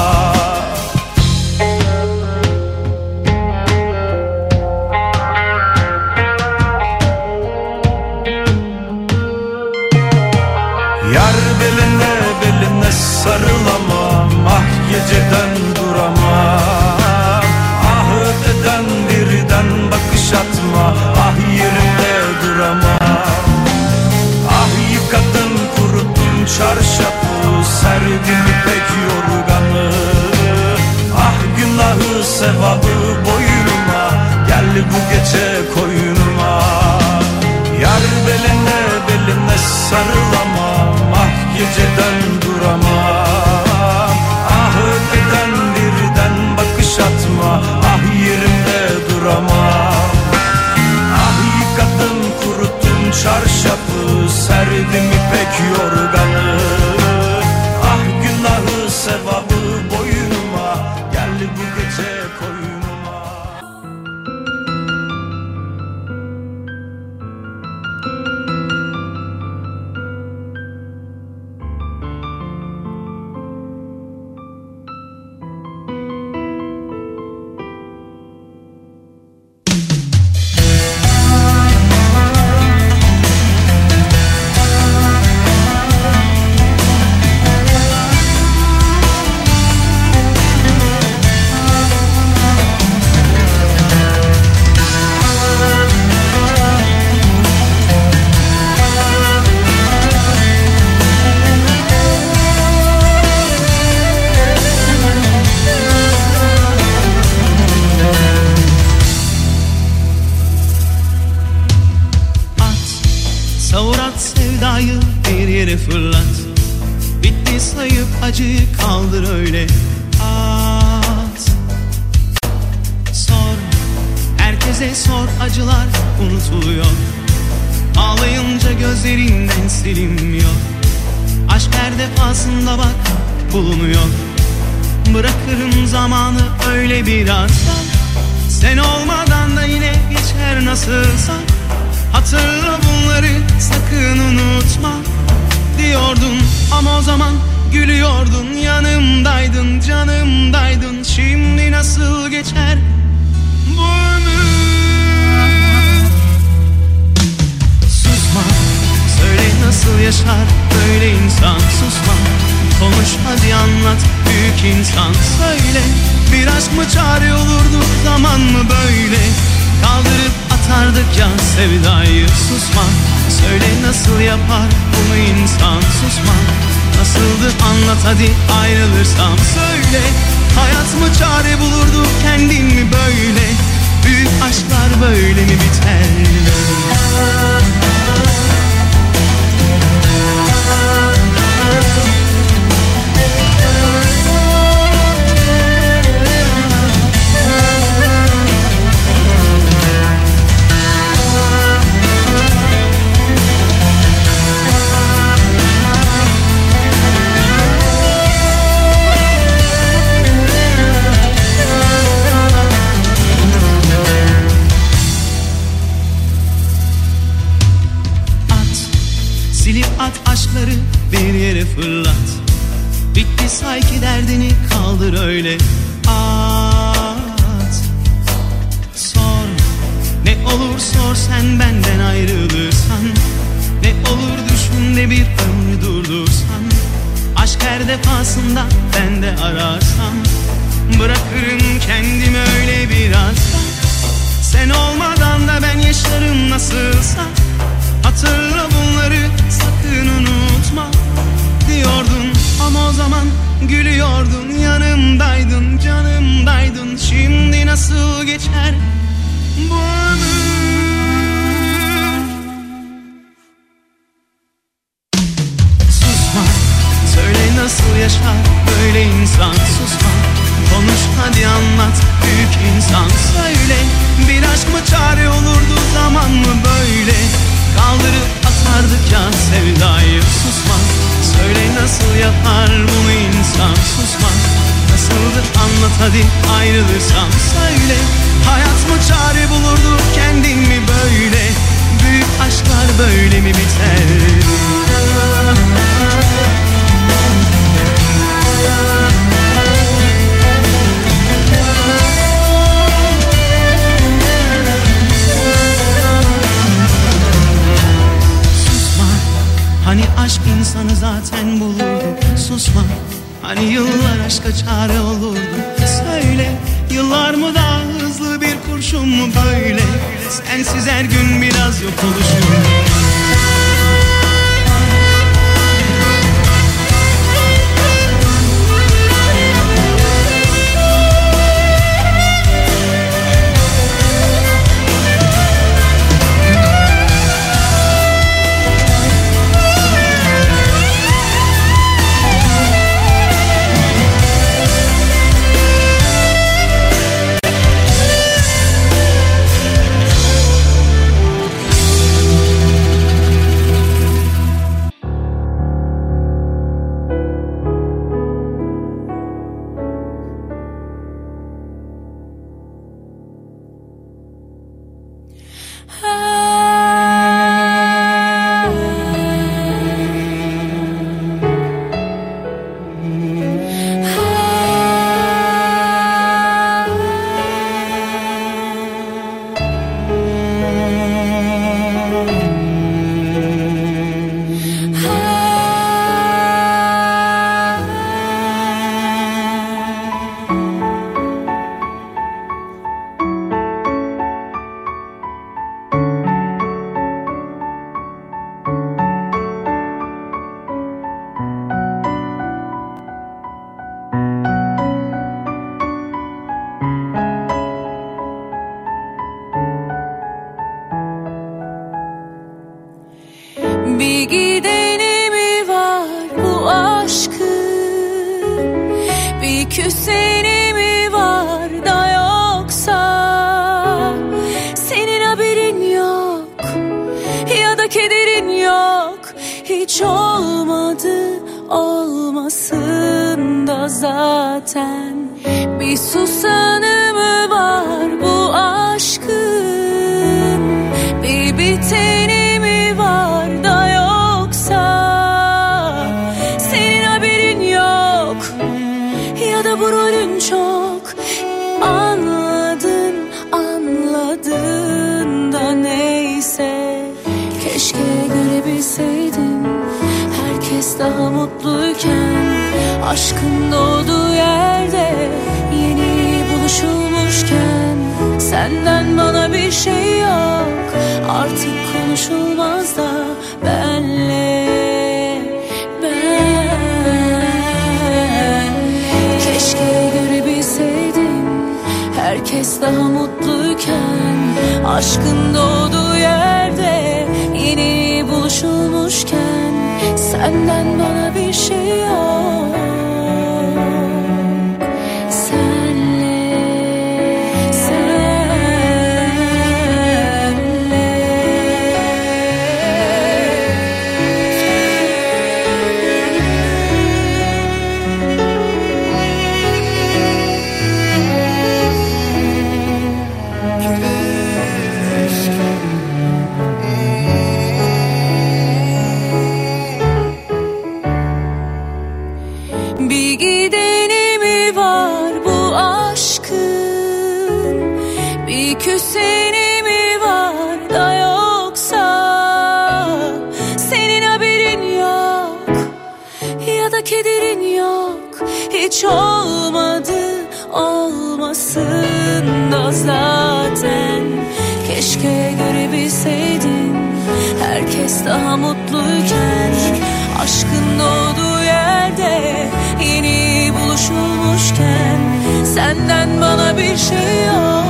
Yar beline, beline sarılamam, ah geceden duramam. Öteden birden bakış atma, ah yerinde duramam. Ah yıkadım kuruttum çarşafı, serdim ipek yorgan. unutuluyor. Ağlayınca gözlerinden silinmiyor. Aşk her defasında bak bulunuyor. Bırakırım zamanı öyle biraz. Sen olmadan da yine geçer nasılsa. Hatırla bunları sakın unutma diyordun ama o zaman gülüyordun. Yanımdaydın, canımdaydın. Şimdi nasıl geçer bu ömür? Susma, söyle nasıl yaşar böyle insan. Susma, konuş hadi anlat büyük insan. Söyle, bir aşk mı çare olurdu, zaman mı böyle? Kaldırıp atardık ya sevdayı. Susma, söyle nasıl yapar bunu insan. Susma, nasıldı anlat hadi ayrılırsam. Söyle, hayat mı çare bulurdu, kendin mi böyle? Büyük aşklar böyle mi biter? At aşkları bir yere fırlat. Bitti say ki derdini kaldır öyle. At. Sor, ne olur sor sen benden ayrılırsan. Ne olur düşün de bir ömrü durdursan. Aşk her defasında ben de ararsam. Bırakırım kendimi öyle birazdan. Sen olmadan da ben yaşarım nasılsa. Hatırla bunları sakın unutma diyordun ama o zaman gülüyordun. Yanımdaydın, canımdaydın. Şimdi nasıl geçer bu ömür? Susma, söyle nasıl yaşar böyle insan. Susma, konuş hadi anlat büyük insan. Söyle, bir aşk mı çare olurdu, zaman mı böyle? Kaldırıp atardık ya sevdayı. Susma, söyle nasıl yapar bunu insan. Susma, nasıldır anlat hadi ayrılırsam. Söyle, hayat mı çare bulurdu, kendin mi böyle? Büyük aşklar böyle mi biter? Hani aşk insanı zaten bulurdu. Susma, hani yıllar aşka çare olurdu. Söyle, yıllar mı daha hızlı bir kurşun mu böyle? Sensiz her gün biraz yok oluşum. Bir gideni mi var bu aşkı? Bir küseni mi var da yoksa senin haberin yok? zaten. Bir susanı mı var bu aşkın? Bir biteni mi var da yoksa senin haberin yok ya da bu rolün çok. Anladın da neyse. Keşke görebilseydin herkes daha mutluyken, aşkın doğduğu yerde yeni buluşulmuşken. Senden bana bir şey yok, artık konuşulmaz da benle. Keşke görebilseydin herkes daha mutluyken, aşkın doğduğu yerde yeni buluşulmuşken. Senden bana bir şey yok. Küseni mi var da yoksa senin haberin yok ya da kederin yok. Hiç olmadı, olmasın da zaten. Keşke görebilseydin herkes daha mutluyken, aşkın doğduğu yerde yeni buluşulmuşken. Senden bana bir şey yok.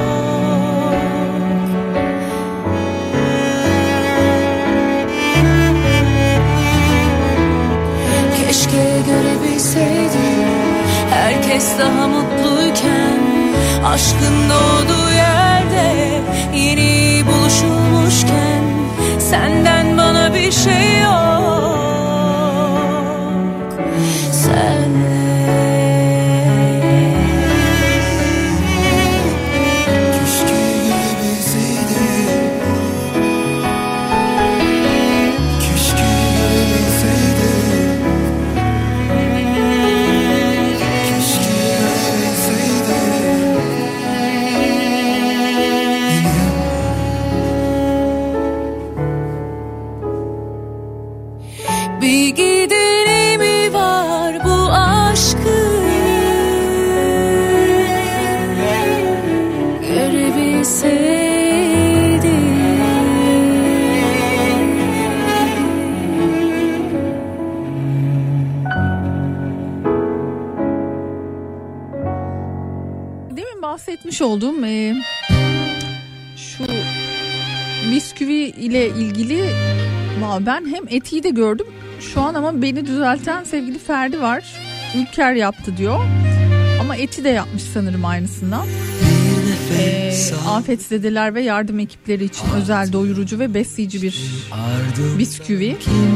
Keşke görebilseydin herkes daha mutluyken, aşkın doğduğu yerde yeni buluşulmuşken. Senden bana bir şey yok. Bir gideni mi var bu aşkın? Görebilseydin. Demin bahsetmiş olduğum şu bisküvi ile ilgili ben hem Eti'yi de gördüm şu an, ama beni düzelten sevgili Ferdi var. Ülker yaptı diyor. Ama Eti de yapmış sanırım aynısından. Afetzedeler ve yardım ekipleri için özel doyurucu ve besleyici bir bisküvi.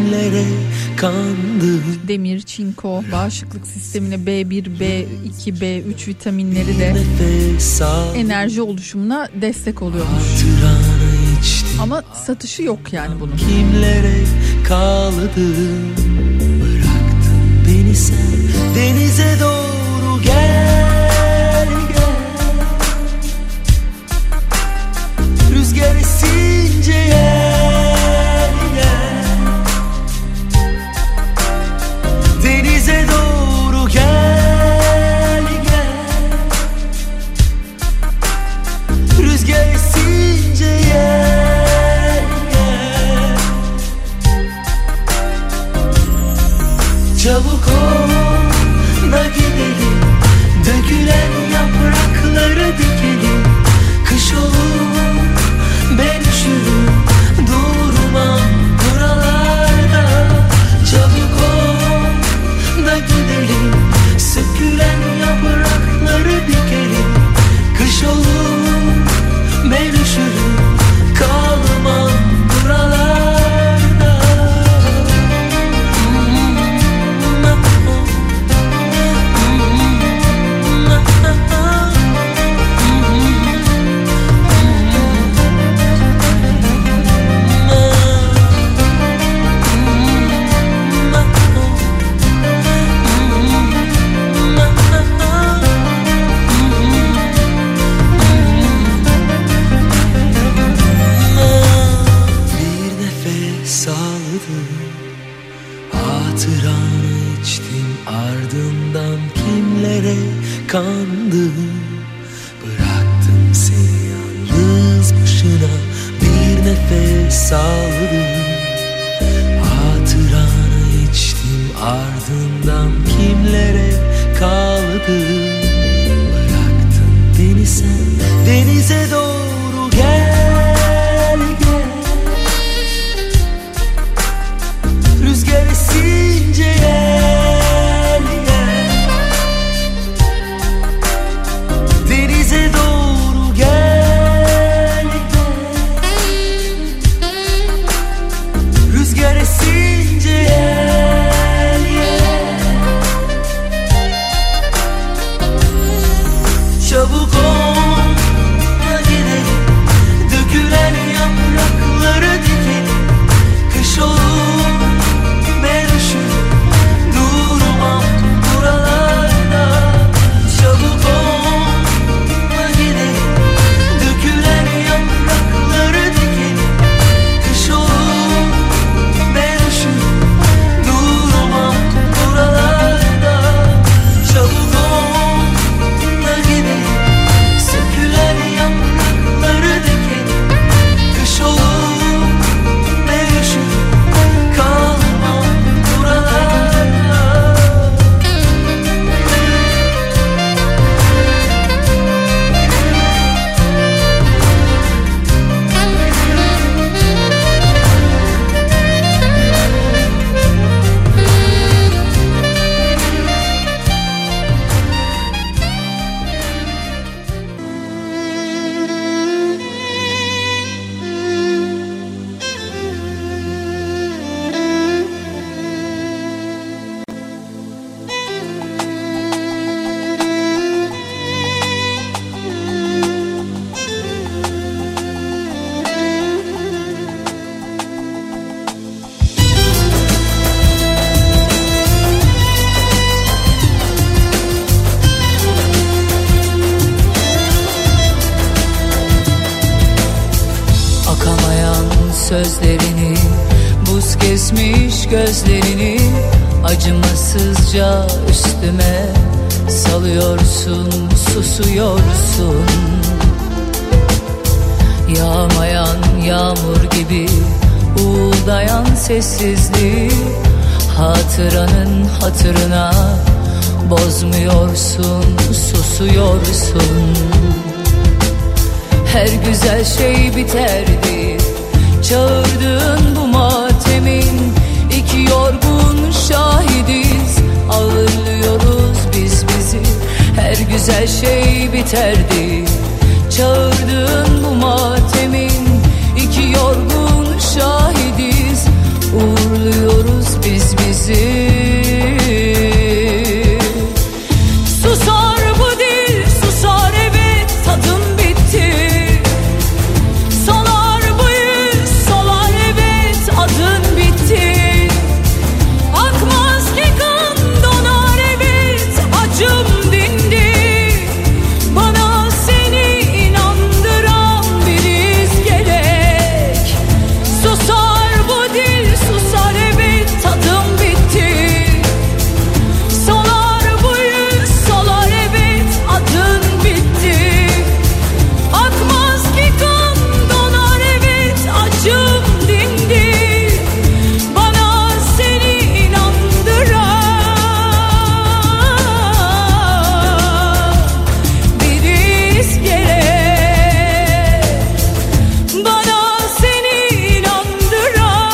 Demir, çinko, bağışıklık sistemine B1, B2, B3 vitaminleri de enerji oluşumuna destek oluyormuş. Ama satışı yok yani bunun. Kimlere kaldı, bıraktın beni sen denize doğru gel gel. Rüzgar esince gel gel. Denize doğru gel gel. Rüzgar esince gel. Çabuk ol da git. inandım. Bıraktım seni yalnız başına, bir nefes aldım. Hatırana içtim, ardından kimlere kaldım. Bıraktın beni sen, denize doğru gel gel. Rüzgar esince gel gel. Denize doğru gel gel. Rüzgar esince gel gel. Çabuk ol da gidelim, dökülen yaprakları dikelim. Kış olur mevşum, durmam buralarda. Çabuk ol da gidelim, dökülen yaprakları dikelim. Kış olur mevşum, durmam buralarda. Çabuk ol da gidelim, sökülen yaprakları dikelim. Kış olur mevşum, kalmam buralarda. Akamayan sözlerini, buz kesmiş gözlerini acımasızca üstüme salıyorsun, susuyorsun. Yağmayan yağmur gibi uğuldayan sessizliği hatıranın hatırına bozmuyorsun, susuyorsun. Her güzel şey biterdi, çağırdığın bu matemin. İki yorgun şahidiz, ağırlıyoruz biz bizi. Her güzel şey biterdi, çağırdığın bu matemin. İki yorgun şahidiz, uğurluyoruz biz bizi. Susar bu dil, susar evet, tadım bitti. Solar bu yüz, solar evet, adın bitti. Akmaz ki kan, donar evet, acım dindi. Bana seni inandıran bir iz gerek. Susar bu dil, susar evet, tadım bitti. Solar bu yüz, solar evet, adın bitti. Akmaz ki kan, donar evet, acım dindi. Bana seni inandıran bir iz gerek. Bana seni inandıran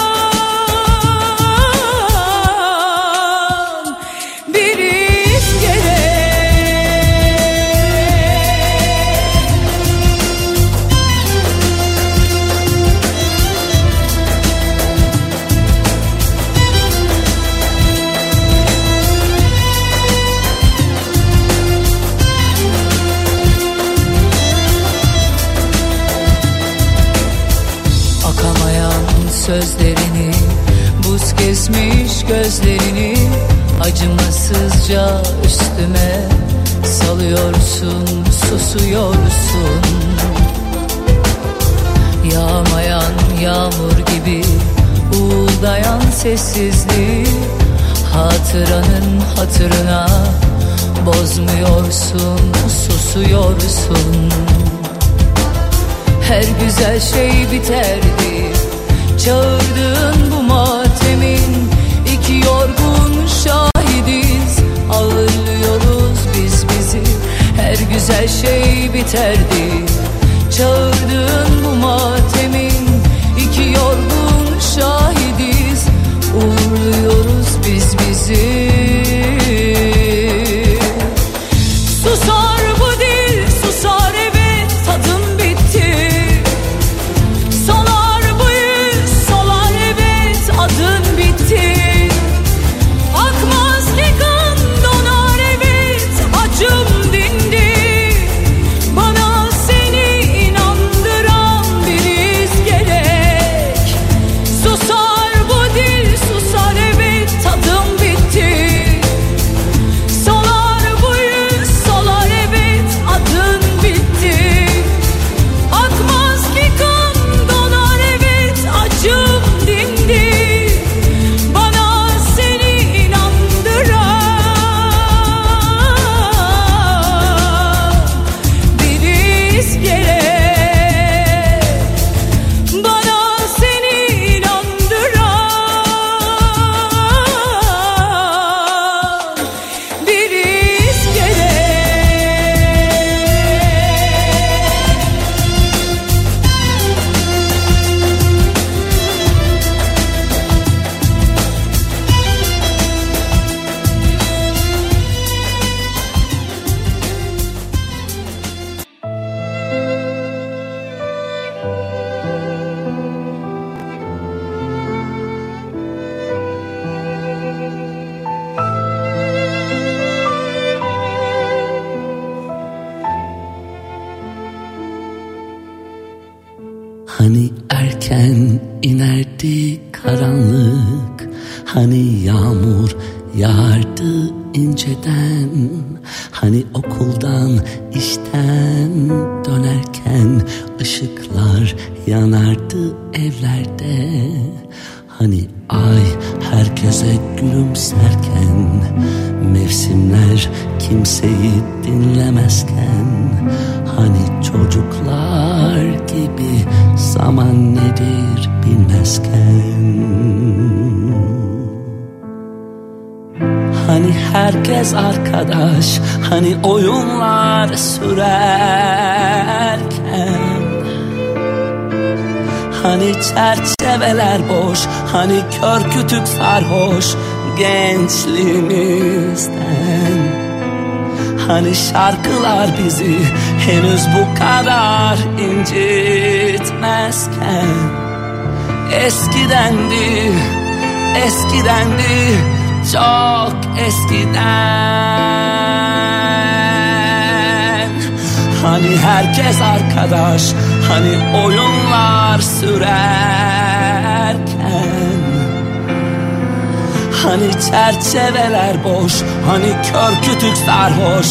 bir iz gerek. Akamayan sözlerini, buz kesmiş gözlerini acımasızca üstüme salıyorsun, susuyorsun. Yağmayan yağmur gibi uğuldayan sessizliği hatıranın hatırına bozmuyorsun, susuyorsun. Her güzel şey biterdi, çağırdığın bu matemin. İki yorgun şahidiz, ağırlıyoruz biz bizi. Her güzel şey biterdi, çağırdığın bu matemin. İki yorgun şahidiz, uğurluyoruz biz bizi. Susar bu dil, susar evet, tadım bitti. Solar bu yüz, solar evet, adın bitti. Akmaz ki kan, donar evet, acım dindi. Bana seni inandıran bir iz gerek. Susar bu dil, susar evet, tadım bitti. Solar bu yüz, solar evet, adın bitti. Akmaz ki kan, donar evet, acım dindi. Bana seni inandıran bir iz gerek. Bana seni inandıran bir iz gerek. Hani erken inerdi karanlık, hani yağmur yağardı inceden, hani okuldan işten dönerken ışıklar yanardı evlerde, hani ay herkese gülümserken, mevsimler kimseyi dinlemezken, hani çocuklar gibi zaman nedir bilmezken, hani herkes arkadaş, hani oyunlar sürerken, hani çerçeveler boş, hani kör kütük sarhoş gençliğimizden, hani şarkılar bizi henüz bu kadar incitmezken, eskidendi, eskidendi, çok eskiden. Hani herkes arkadaş, hani oyunlar sürerken, hani çerçeveler boş, hani kör kütük sarhoş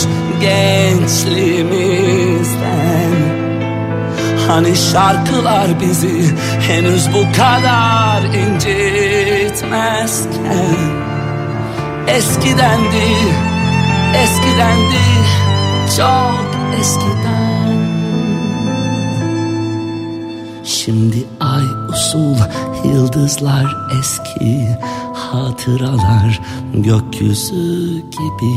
gençliğimizden, hani şarkılar bizi henüz bu kadar incitmezken, eskidendi, eskidendi, çok eskiden. Şimdi ay usul, yıldızlar eski, hatıralar gökyüzü gibi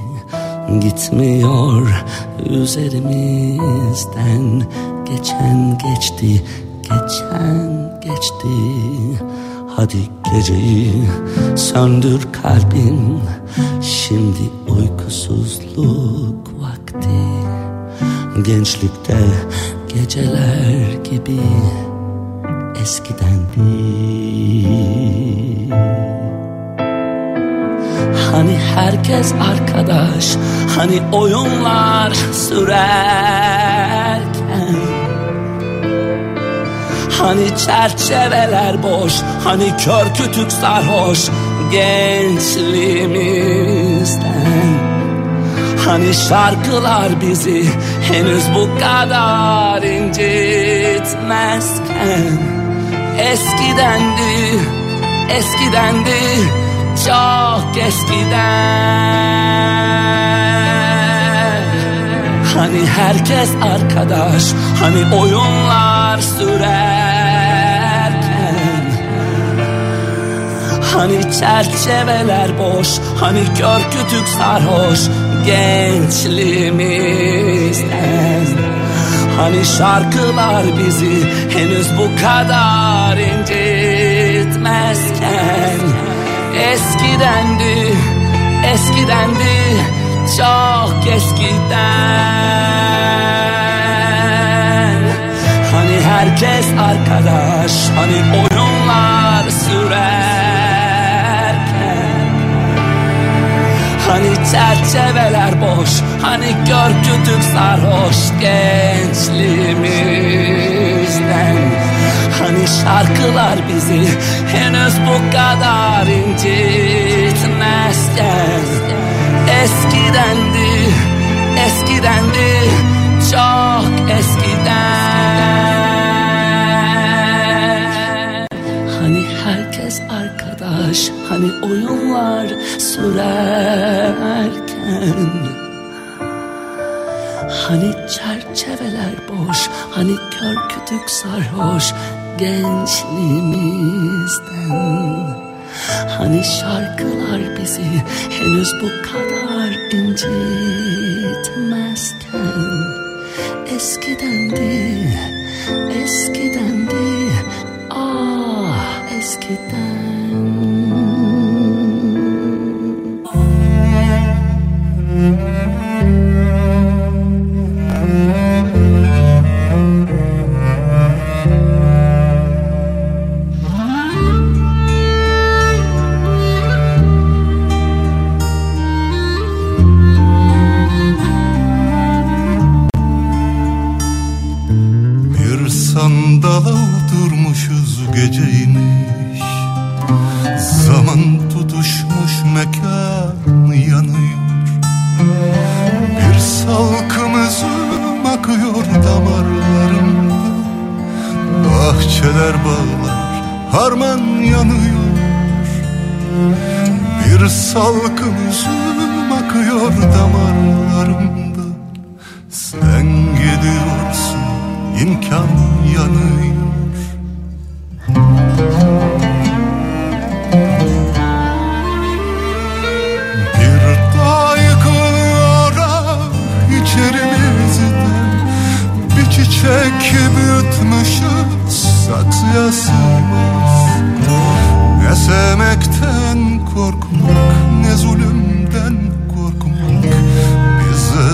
gitmiyor üzerimizden. Geçen geçti, geçen geçti. Hadi geceyi söndür kalbim, şimdi uykusuzluk vakti. Gençlikte geceler gibi eskidendi. Hani herkes arkadaş, hani oyunlar sürerken, hani çerçeveler boş, hani kör kütük sarhoş gençliğimizden. Hani şarkılar bizi henüz bu kadar incitmezken, eskidendi, eskidendi, çok eskiden. Hani herkes arkadaş, hani oyunlar sürerken, hani çerçeveler boş, hani kör kütük sarhoş gençliğimizden. Hani şarkılar bizi henüz bu kadar incitmezken, eskidendi, eskidendi, çok eskiden. Hani herkes arkadaş, hani oyunlar sürerken, hani çerçeveler boş, hani kör kütük sarhoş gençliğimizden. Hani şarkılar bizi henüz bu kadar incitmezken, eskidendi, eskidendi, çok eskiden. Hani herkes arkadaş, hani oyunlar sürerken, hani çerçeveler boş, hani kör kütük sarhoş gençliğimizden. Hani şarkılar bizi henüz bu kadar incitmezken, eskidendi, eskidendi, ah eskiden. Sandala oturmuşuz geceymiş, zaman tutuşmuş mekan yanıyor. Bir salkım üzüm akıyor damarlarımda, bahçeler bağlar harman yanıyor. Bir salkım üzüm akıyor damarlarımda, sen gidiyorsun, İmkan yanıyor. Bir dağ yıkılıyor içerimizde, bir çiçek büyütmüşüz saksıya sığmaz. Ne sevmekten korkmak, ne zulümden korkmak bize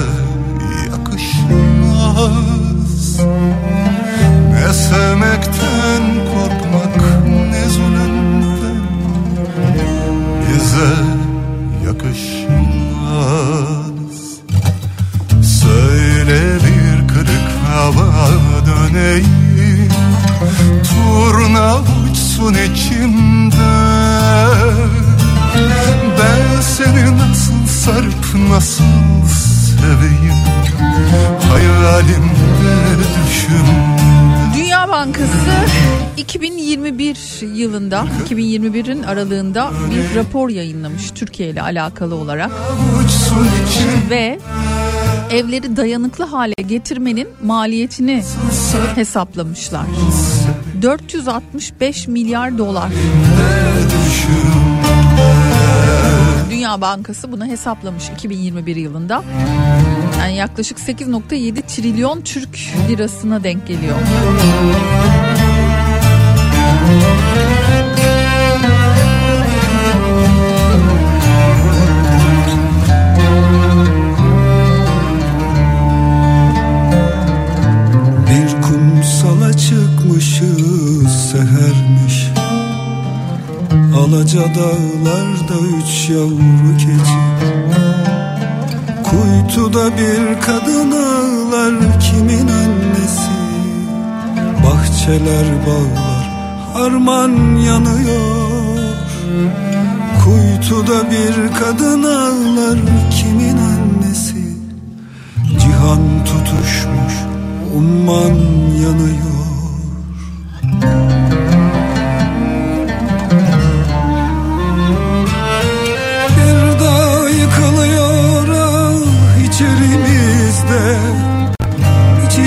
yakışmaz. Ne sevmekten korkmak, ne zulümden bize yakışmaz. Söyle bir kırık hava döneyim, turna uçsun içimde. Ben seni nasıl sarıp nasıl seveyim, hayalimde düşün. Dünya Bankası 2021 yılında, 2021'in aralığında bir rapor yayınlamış Türkiye ile alakalı olarak ve evleri dayanıklı hale getirmenin maliyetini hesaplamışlar. 465 milyar dolar. Dünya Bankası bunu hesaplamış 2021 yılında. Yani yaklaşık 8.7 trilyon Türk lirasına denk geliyor. Bir kumsala çıkmışız sehermiş, Alaca dağlarda 3 yavru keçi. Kuytuda bir kadın ağlar, kimin annesi? Bahçeler bağlar, harman yanıyor. Kuytuda bir kadın ağlar, kimin annesi? Cihan tutuşmuş, umman yanıyor. Bir dağ yıkılıyor içerimizde,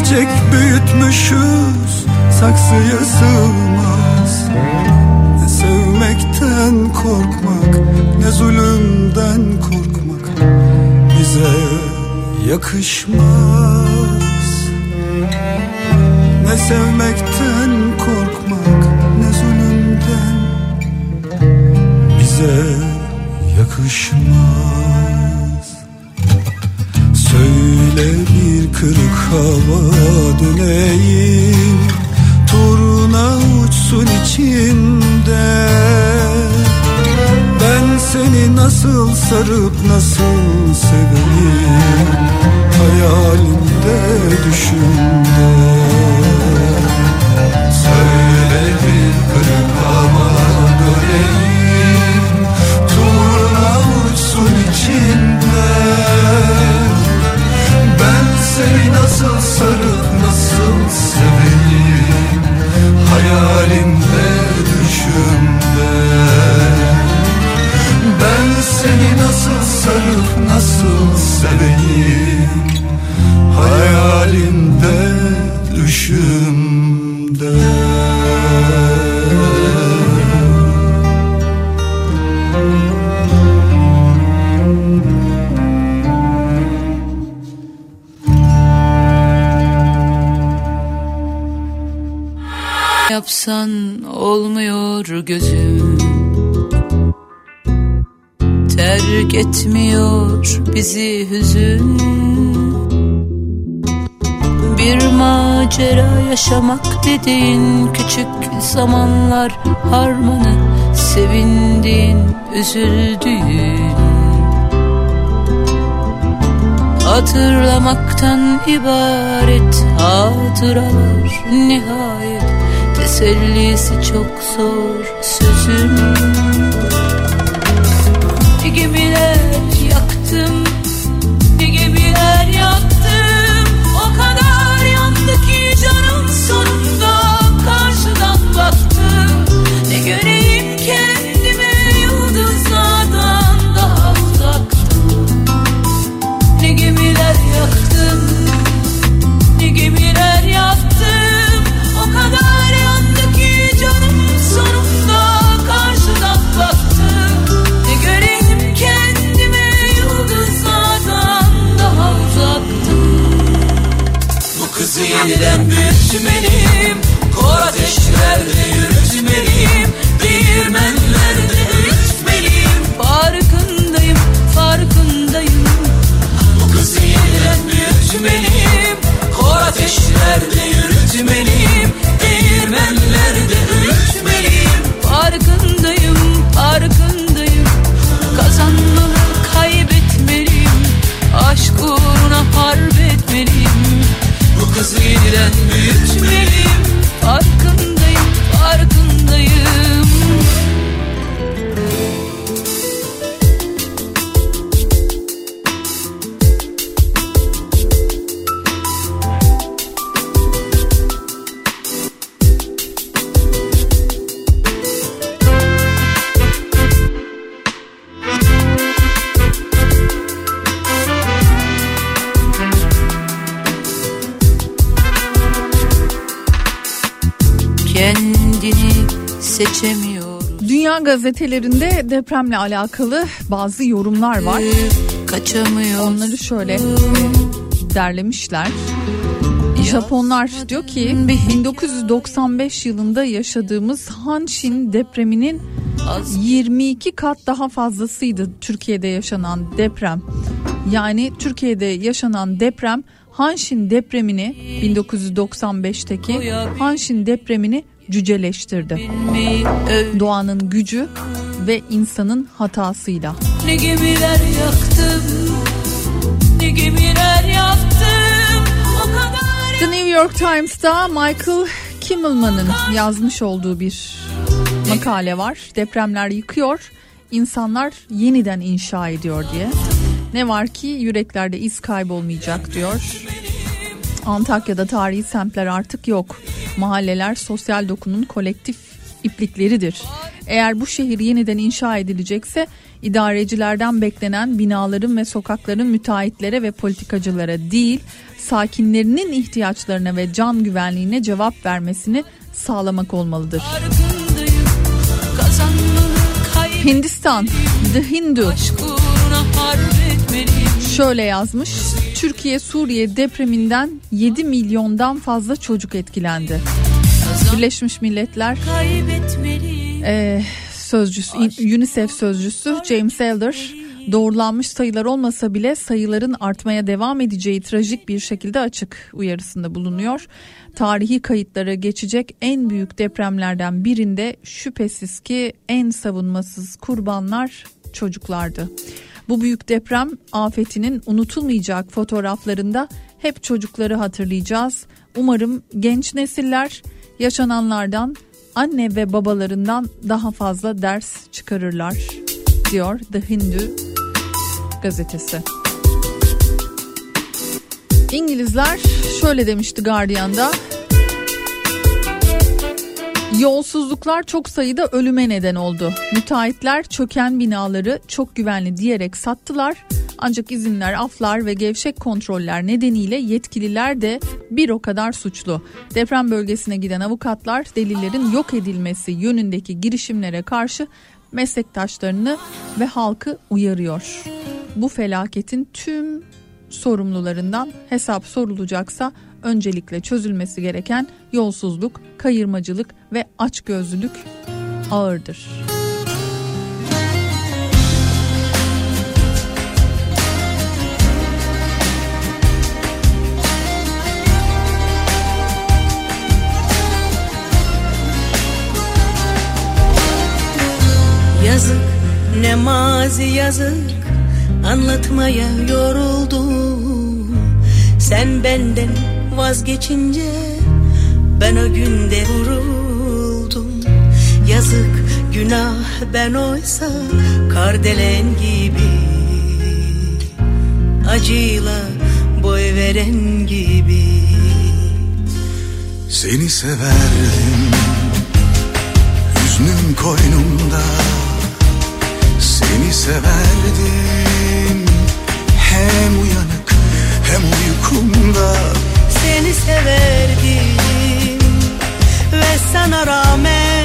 çiçek büyütmüşüz, saksıya sığmaz. Ne sevmekten korkmak, ne zulümden korkmak bize yakışmaz. Ne sevmekten korkmak, ne zulümden bize yakışmaz. Söyle bir kırık hava döneyim, turna uçsun içinde. Ben seni nasıl sarıp nasıl seveyim, hayalimde düşümde. Söyle bir kırık hava döneyim, turna uçsun içinde. Ben seni nasıl sarıp nasıl seveyim, hayalimde düşümde. Ben seni nasıl sarıp nasıl seveyim, hayalimde düşümde. Yapsan olmuyor gözüm, terk etmiyor bizi hüzün. Bir macera yaşamak dediğin küçük zamanlar harmanı, sevindiğin, üzüldüğün. Hatırlamaktan ibaret hatıralar nihayet, tesellisi çok zor sözün. Gemiler yaktım, gemiler yaktım, o kadar yandı ki canım sonunda karşıdan baktım. Ne göreyim kendime yıldızlardan daha uzaktım. Ne gemiler yaktım, ne gemiler yaktım, o kadar yandı ki canım sonunda karşıdan baktım. Ne göreyim kendime yıldızlardan daha uzaktım. Bu kızı yeniden büyütmeliyim, kor ateşlerde yürütmeliyim, değirmenlerde öğütmeliyim. Farkındayım, farkındayım. Bu kızı yeniden büyütmeliyim, kor ateşlerde yürütmeliyim, değirmenlerde öğütmeliyim. Farkındayım, farkındayım. Kazanmalı kaybetmeliyim, aşk uğruna harp etmeliyim. Bu kızı yeniden büyütmeliyim. Farkındayım, farkındayım. Kendini seçemiyor. Dünya gazetelerinde depremle alakalı bazı yorumlar var. Kaçamıyor. Onları şöyle derlemişler. Japonlar diyor ki 1995 yılında yaşadığımız Hanshin depreminin 22 kat daha fazlasıydı Türkiye'de yaşanan deprem. Yani Türkiye'de yaşanan deprem Hanshin depremini, 1995'teki Hanshin depremini cüceleştirdi. Doğanın gücü ve insanın hatasıyla. Ne gemiler yaktım, ne gemiler yaktım, o kadar. The New York Times'ta Michael Kimmelman'ın yazmış olduğu bir makale var. Depremler yıkıyor, insanlar yeniden inşa ediyor diye. Ne var ki yüreklerde iz kaybolmayacak diyor. Antakya'da tarihi semtler artık yok. Mahalleler sosyal dokunun kolektif iplikleridir. Eğer bu şehir yeniden inşa edilecekse İdarecilerden beklenen binaların ve sokakların müteahhitlere ve politikacılara değil, sakinlerinin ihtiyaçlarına ve can güvenliğine cevap vermesini sağlamak olmalıdır. Hindistan, The Hindu şöyle yazmış: Türkiye-Suriye depreminden 7 milyondan fazla çocuk etkilendi. Birleşmiş Milletler sözcüsü, UNICEF sözcüsü James Elder, doğrulanmış sayılar olmasa bile sayıların artmaya devam edeceği trajik bir şekilde açık uyarısında bulunuyor. Tarihi kayıtlara geçecek en büyük depremlerden birinde şüphesiz ki en savunmasız kurbanlar çocuklardı. Bu büyük deprem afetinin unutulmayacak fotoğraflarında hep çocukları hatırlayacağız. Umarım genç nesiller yaşananlardan, anne ve babalarından daha fazla ders çıkarırlar, diyor The Hindu gazetesi. İngilizler şöyle demişti Guardian'da: yolsuzluklar çok sayıda ölüme neden oldu. Müteahhitler çöken binaları çok güvenli diyerek sattılar. Ancak izinler, aflar ve gevşek kontroller nedeniyle yetkililer de bir o kadar suçlu. Deprem bölgesine giden avukatlar delillerin yok edilmesi yönündeki girişimlere karşı meslektaşlarını ve halkı uyarıyor. Bu felaketin tüm sorumlularından hesap sorulacaksa öncelikle çözülmesi gereken yolsuzluk, kayırmacılık ve açgözlülük ağırdır. Yazık ne mazi yazık, anlatmaya yoruldum. Sen benden vazgeçince ben o günde vuruldum. Yazık günah ben oysa kardelen gibi, acıyla boy veren gibi. Seni severdim hüznüm koynumda, seni severdim hem uyanık hem uykumda. Seni severdim ve sana rağmen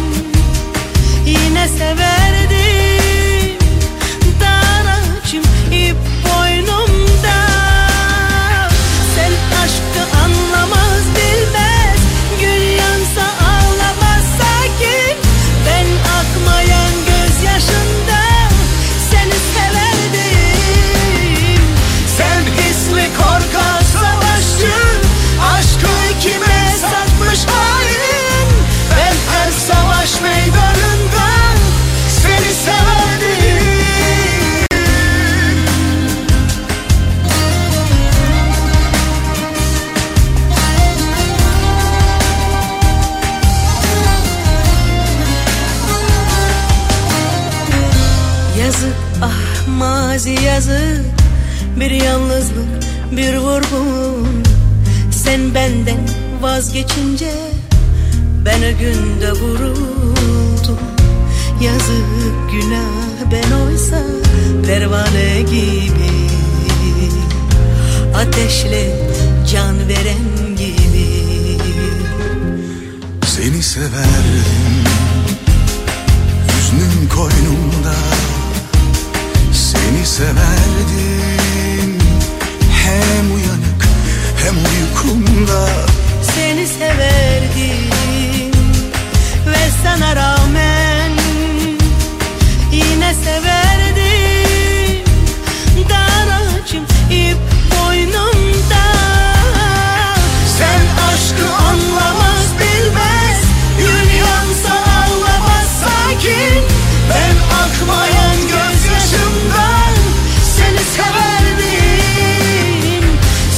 yine severdim. Daracım ip boynumda. Sen aşkı anlamaz bilmez, gün yansa ağlamaz sakin. Ben akmayan gözyaşında seni severdim. Sen hisli korkak savaşçı, aşkı kime satmış hain. Ben her savaş meydanında seni severdim. Yazık ah mazi yazık, bir yalnızlık bir vurgun. Sen benden vazgeçince ben o günde vuruldum. Yazık günah ben oysa pervane gibi, ateşle can veren gibi. Seni severdim hüznüm koynumda, seni severdim hem uyanık hem uykumda. Seni severdim ve sana rağmen yine severdim. Daracım ip boynumda. Sen aşkı anlamaz bilmez, gün yansa ağlamaz sakin. Ben akmayan gözyaşımdan seni severdim.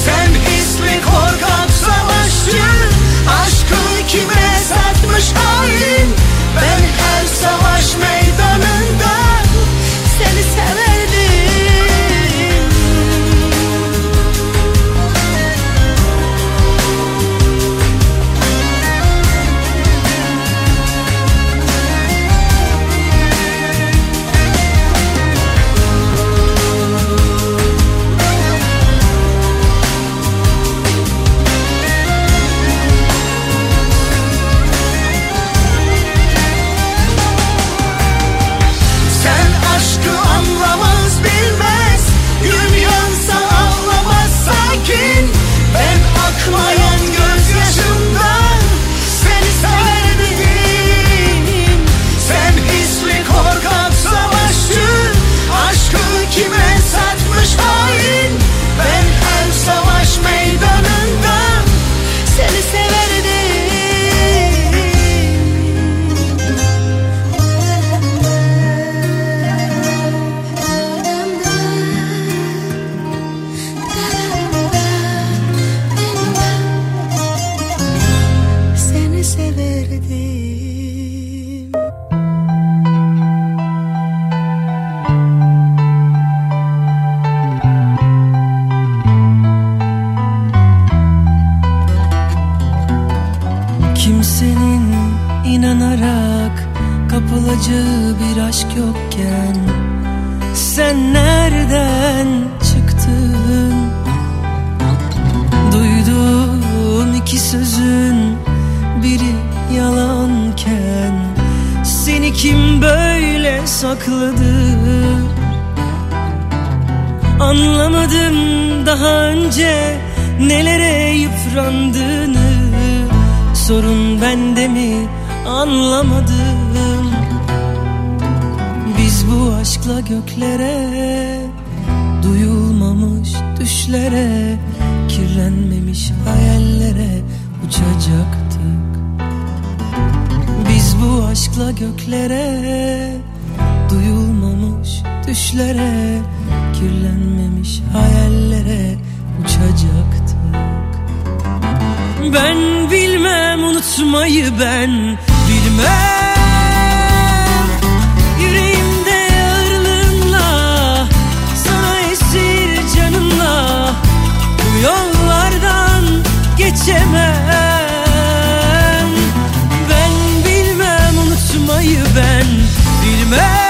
kapılacağı bir aşk yokken sen nereden çıktın? Duyduğum iki sözün biri yalanken seni kim böyle sakladı? Anlamadım daha önce nelere yıprandığını. Sorun bende mi anlamadım. Biz bu aşkla göklere, duyulmamış düşlere, kirlenmemiş hayallere uçacaktık. Biz bu aşkla göklere, duyulmamış düşlere, kirlenmemiş hayallere uçacaktık. Ben bilmem unutmayı, ben bilmem. Yüreğimde ağırlığınla, sana esir canımla, bu yollardan geçemem. Ben bilmem unutmayı, ben bilmem.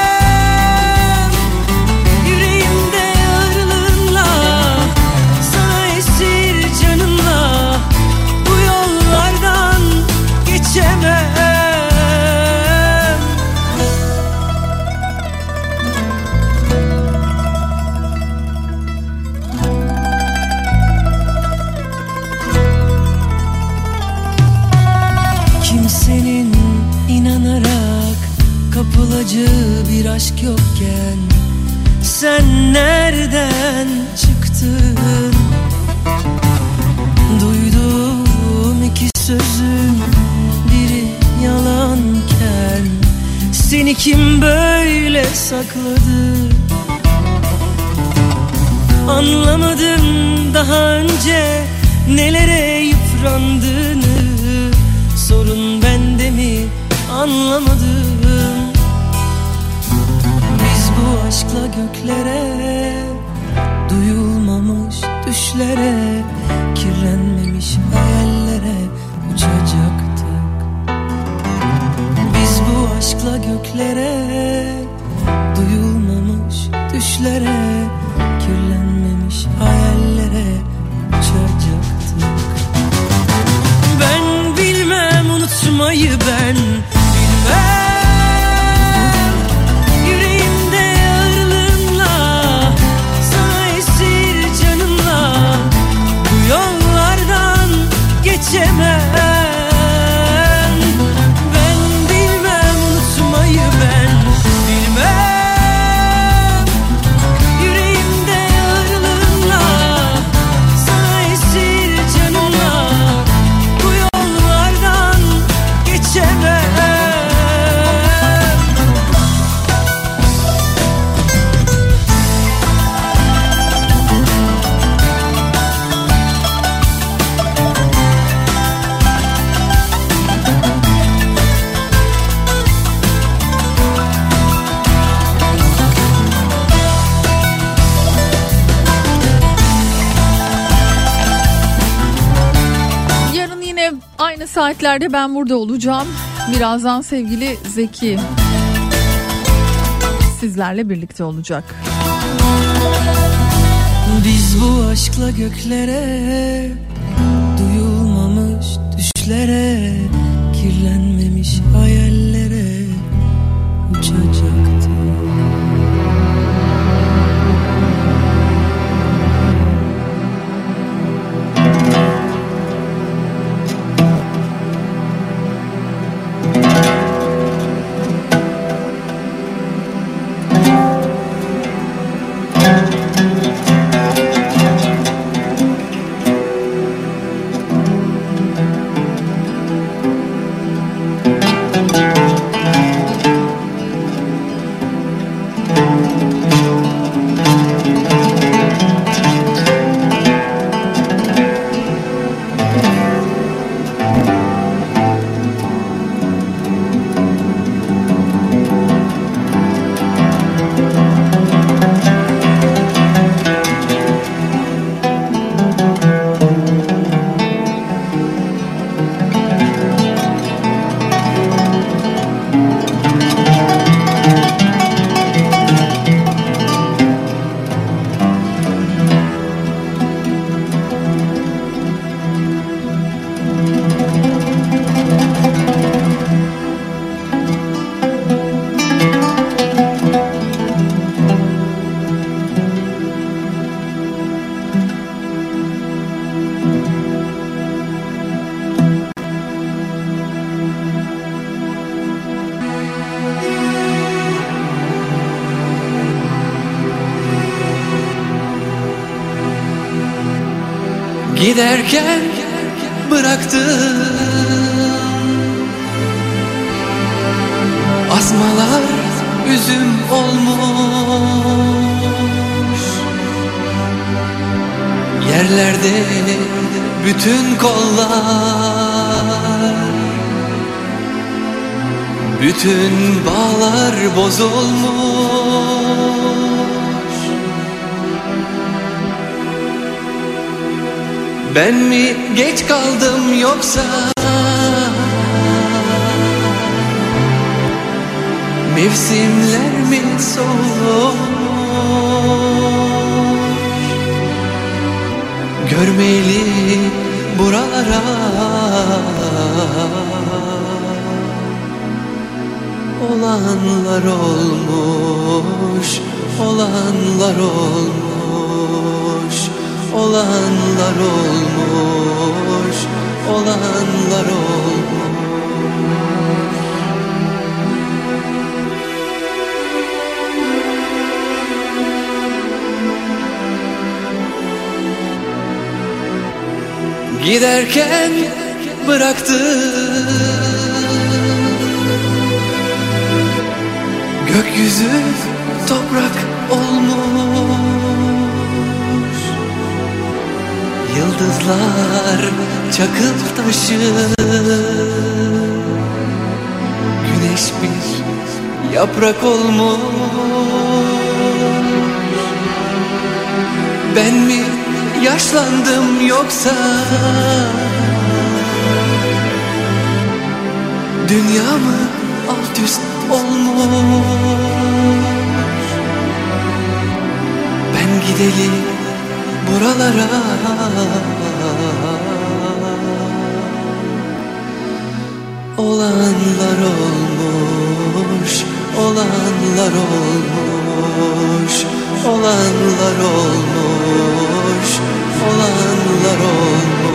Kimsenin inanarak kapılacağı bir aşk yokken sen nereden çıktın? Duyduğum iki sözün biri yalanken seni kim böyle sakladı? Anlamadım daha önce nelere yıprandığını. Sorun bende mi anlamadım. Biz bu aşkla göklere, duyulmamış düşlere, kirlenmemiş hayallere uçacaktık. Biz bu aşkla göklere, duyulmamış düşlere, kirlenmemiş hayallere uçacaktık. Ben bilmem unutmayı, ben bilmem. Yüreğimde ağırlığınla, sana esir canımla, bu yollardan geçemem. Ben bilmem unutmayı, ben bilmem. Yüreğimde ağırlığınla, sana esir canımla, bu yollardan geçemem. Yarın yine aynı saatlerde ben burada olacağım. Birazdan sevgili Zeki sizlerle birlikte olacak. Biz bu aşkla göklere, duyulmamış düşlere, kirlenmemiş hayallere uçacaktık. Giderken bıraktım asmalar üzüm olmuş. Yerlerde bütün kollar, bütün bağlar bozulmuş. Ben mi geç kaldım yoksa mevsimler mi soğumuş? Görmeyeli buralara olanlar olmuş, olanlar olmuş, olanlar olmuş, olanlar olmuş. Giderken bıraktım gökyüzü toprak olmuş. Yıldızlar çakıl taşı, güneş bir yaprak olmuş. Ben mi yaşlandım yoksa dünya mı alt üst olmuş? Ben gideli buralara olanlar olmuş, olanlar olmuş, olanlar olmuş, olanlar olmuş.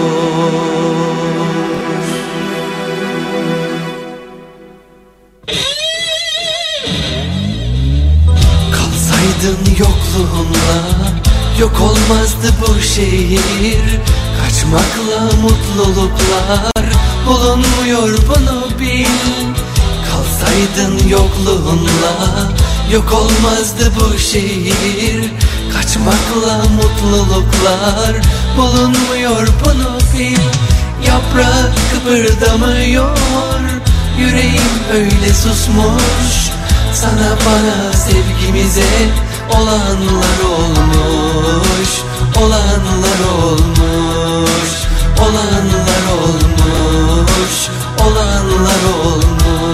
Kalsaydın yokluğunla yok olmazdı bu şehir. Kaçmakla mutluluklar bulunmuyor, bunu bil. Kalsaydın yokluğunla yok olmazdı bu şehir. Kaçmakla mutluluklar bulunmuyor, bunu bil. Yaprak kıpırdamıyor, yüreğim öyle susmuş. Sana bana sevgimize olanlar olmuş, olanlar olmuş, olanlar olmuş, olanlar olmuş.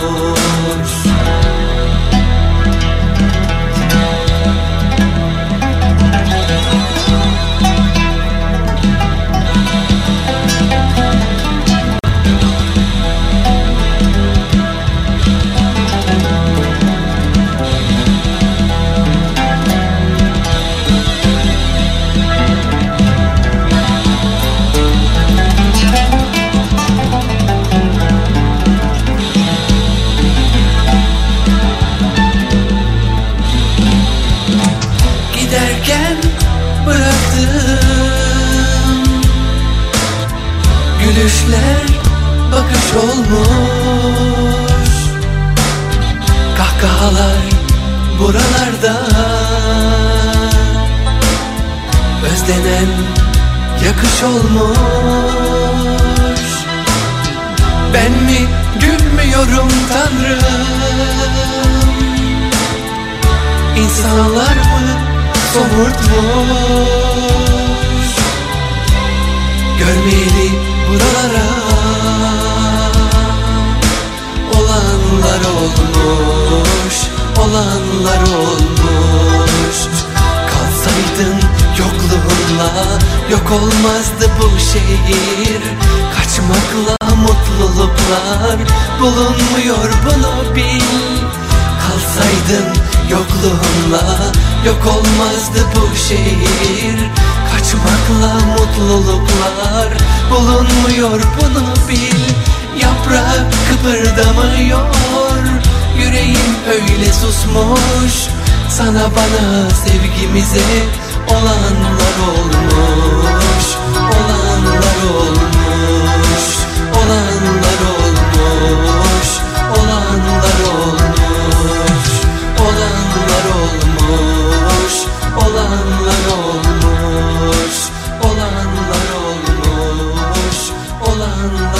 Gülüşler bakış olmuş, kahkahalar buralarda, özlenen yakış olmuş. Ben mi gülmüyorum Tanrım, İnsanlar mı somurtmuş? Görmeyeli buralara olanlar olmuş, olanlar olmuş. Kalsaydın yokluğunla yok olmazdı bu şehir. Kaçmakla mutluluklar bulunmuyor, bunu bil. Kalsaydın yokluğunla yok olmazdı bu şehir. Kaçmakla mutluluklar bulunmuyor, bunu bil. Yaprak kıpırdamıyor, yüreğim öyle susmuş. Sana bana sevgimize olanlar olmuş, olanlar olmuş, olanlar olmuş, olanlar olmuş, olanlar olmuş, olanlar olmuş, olanlar olmuş, olanlar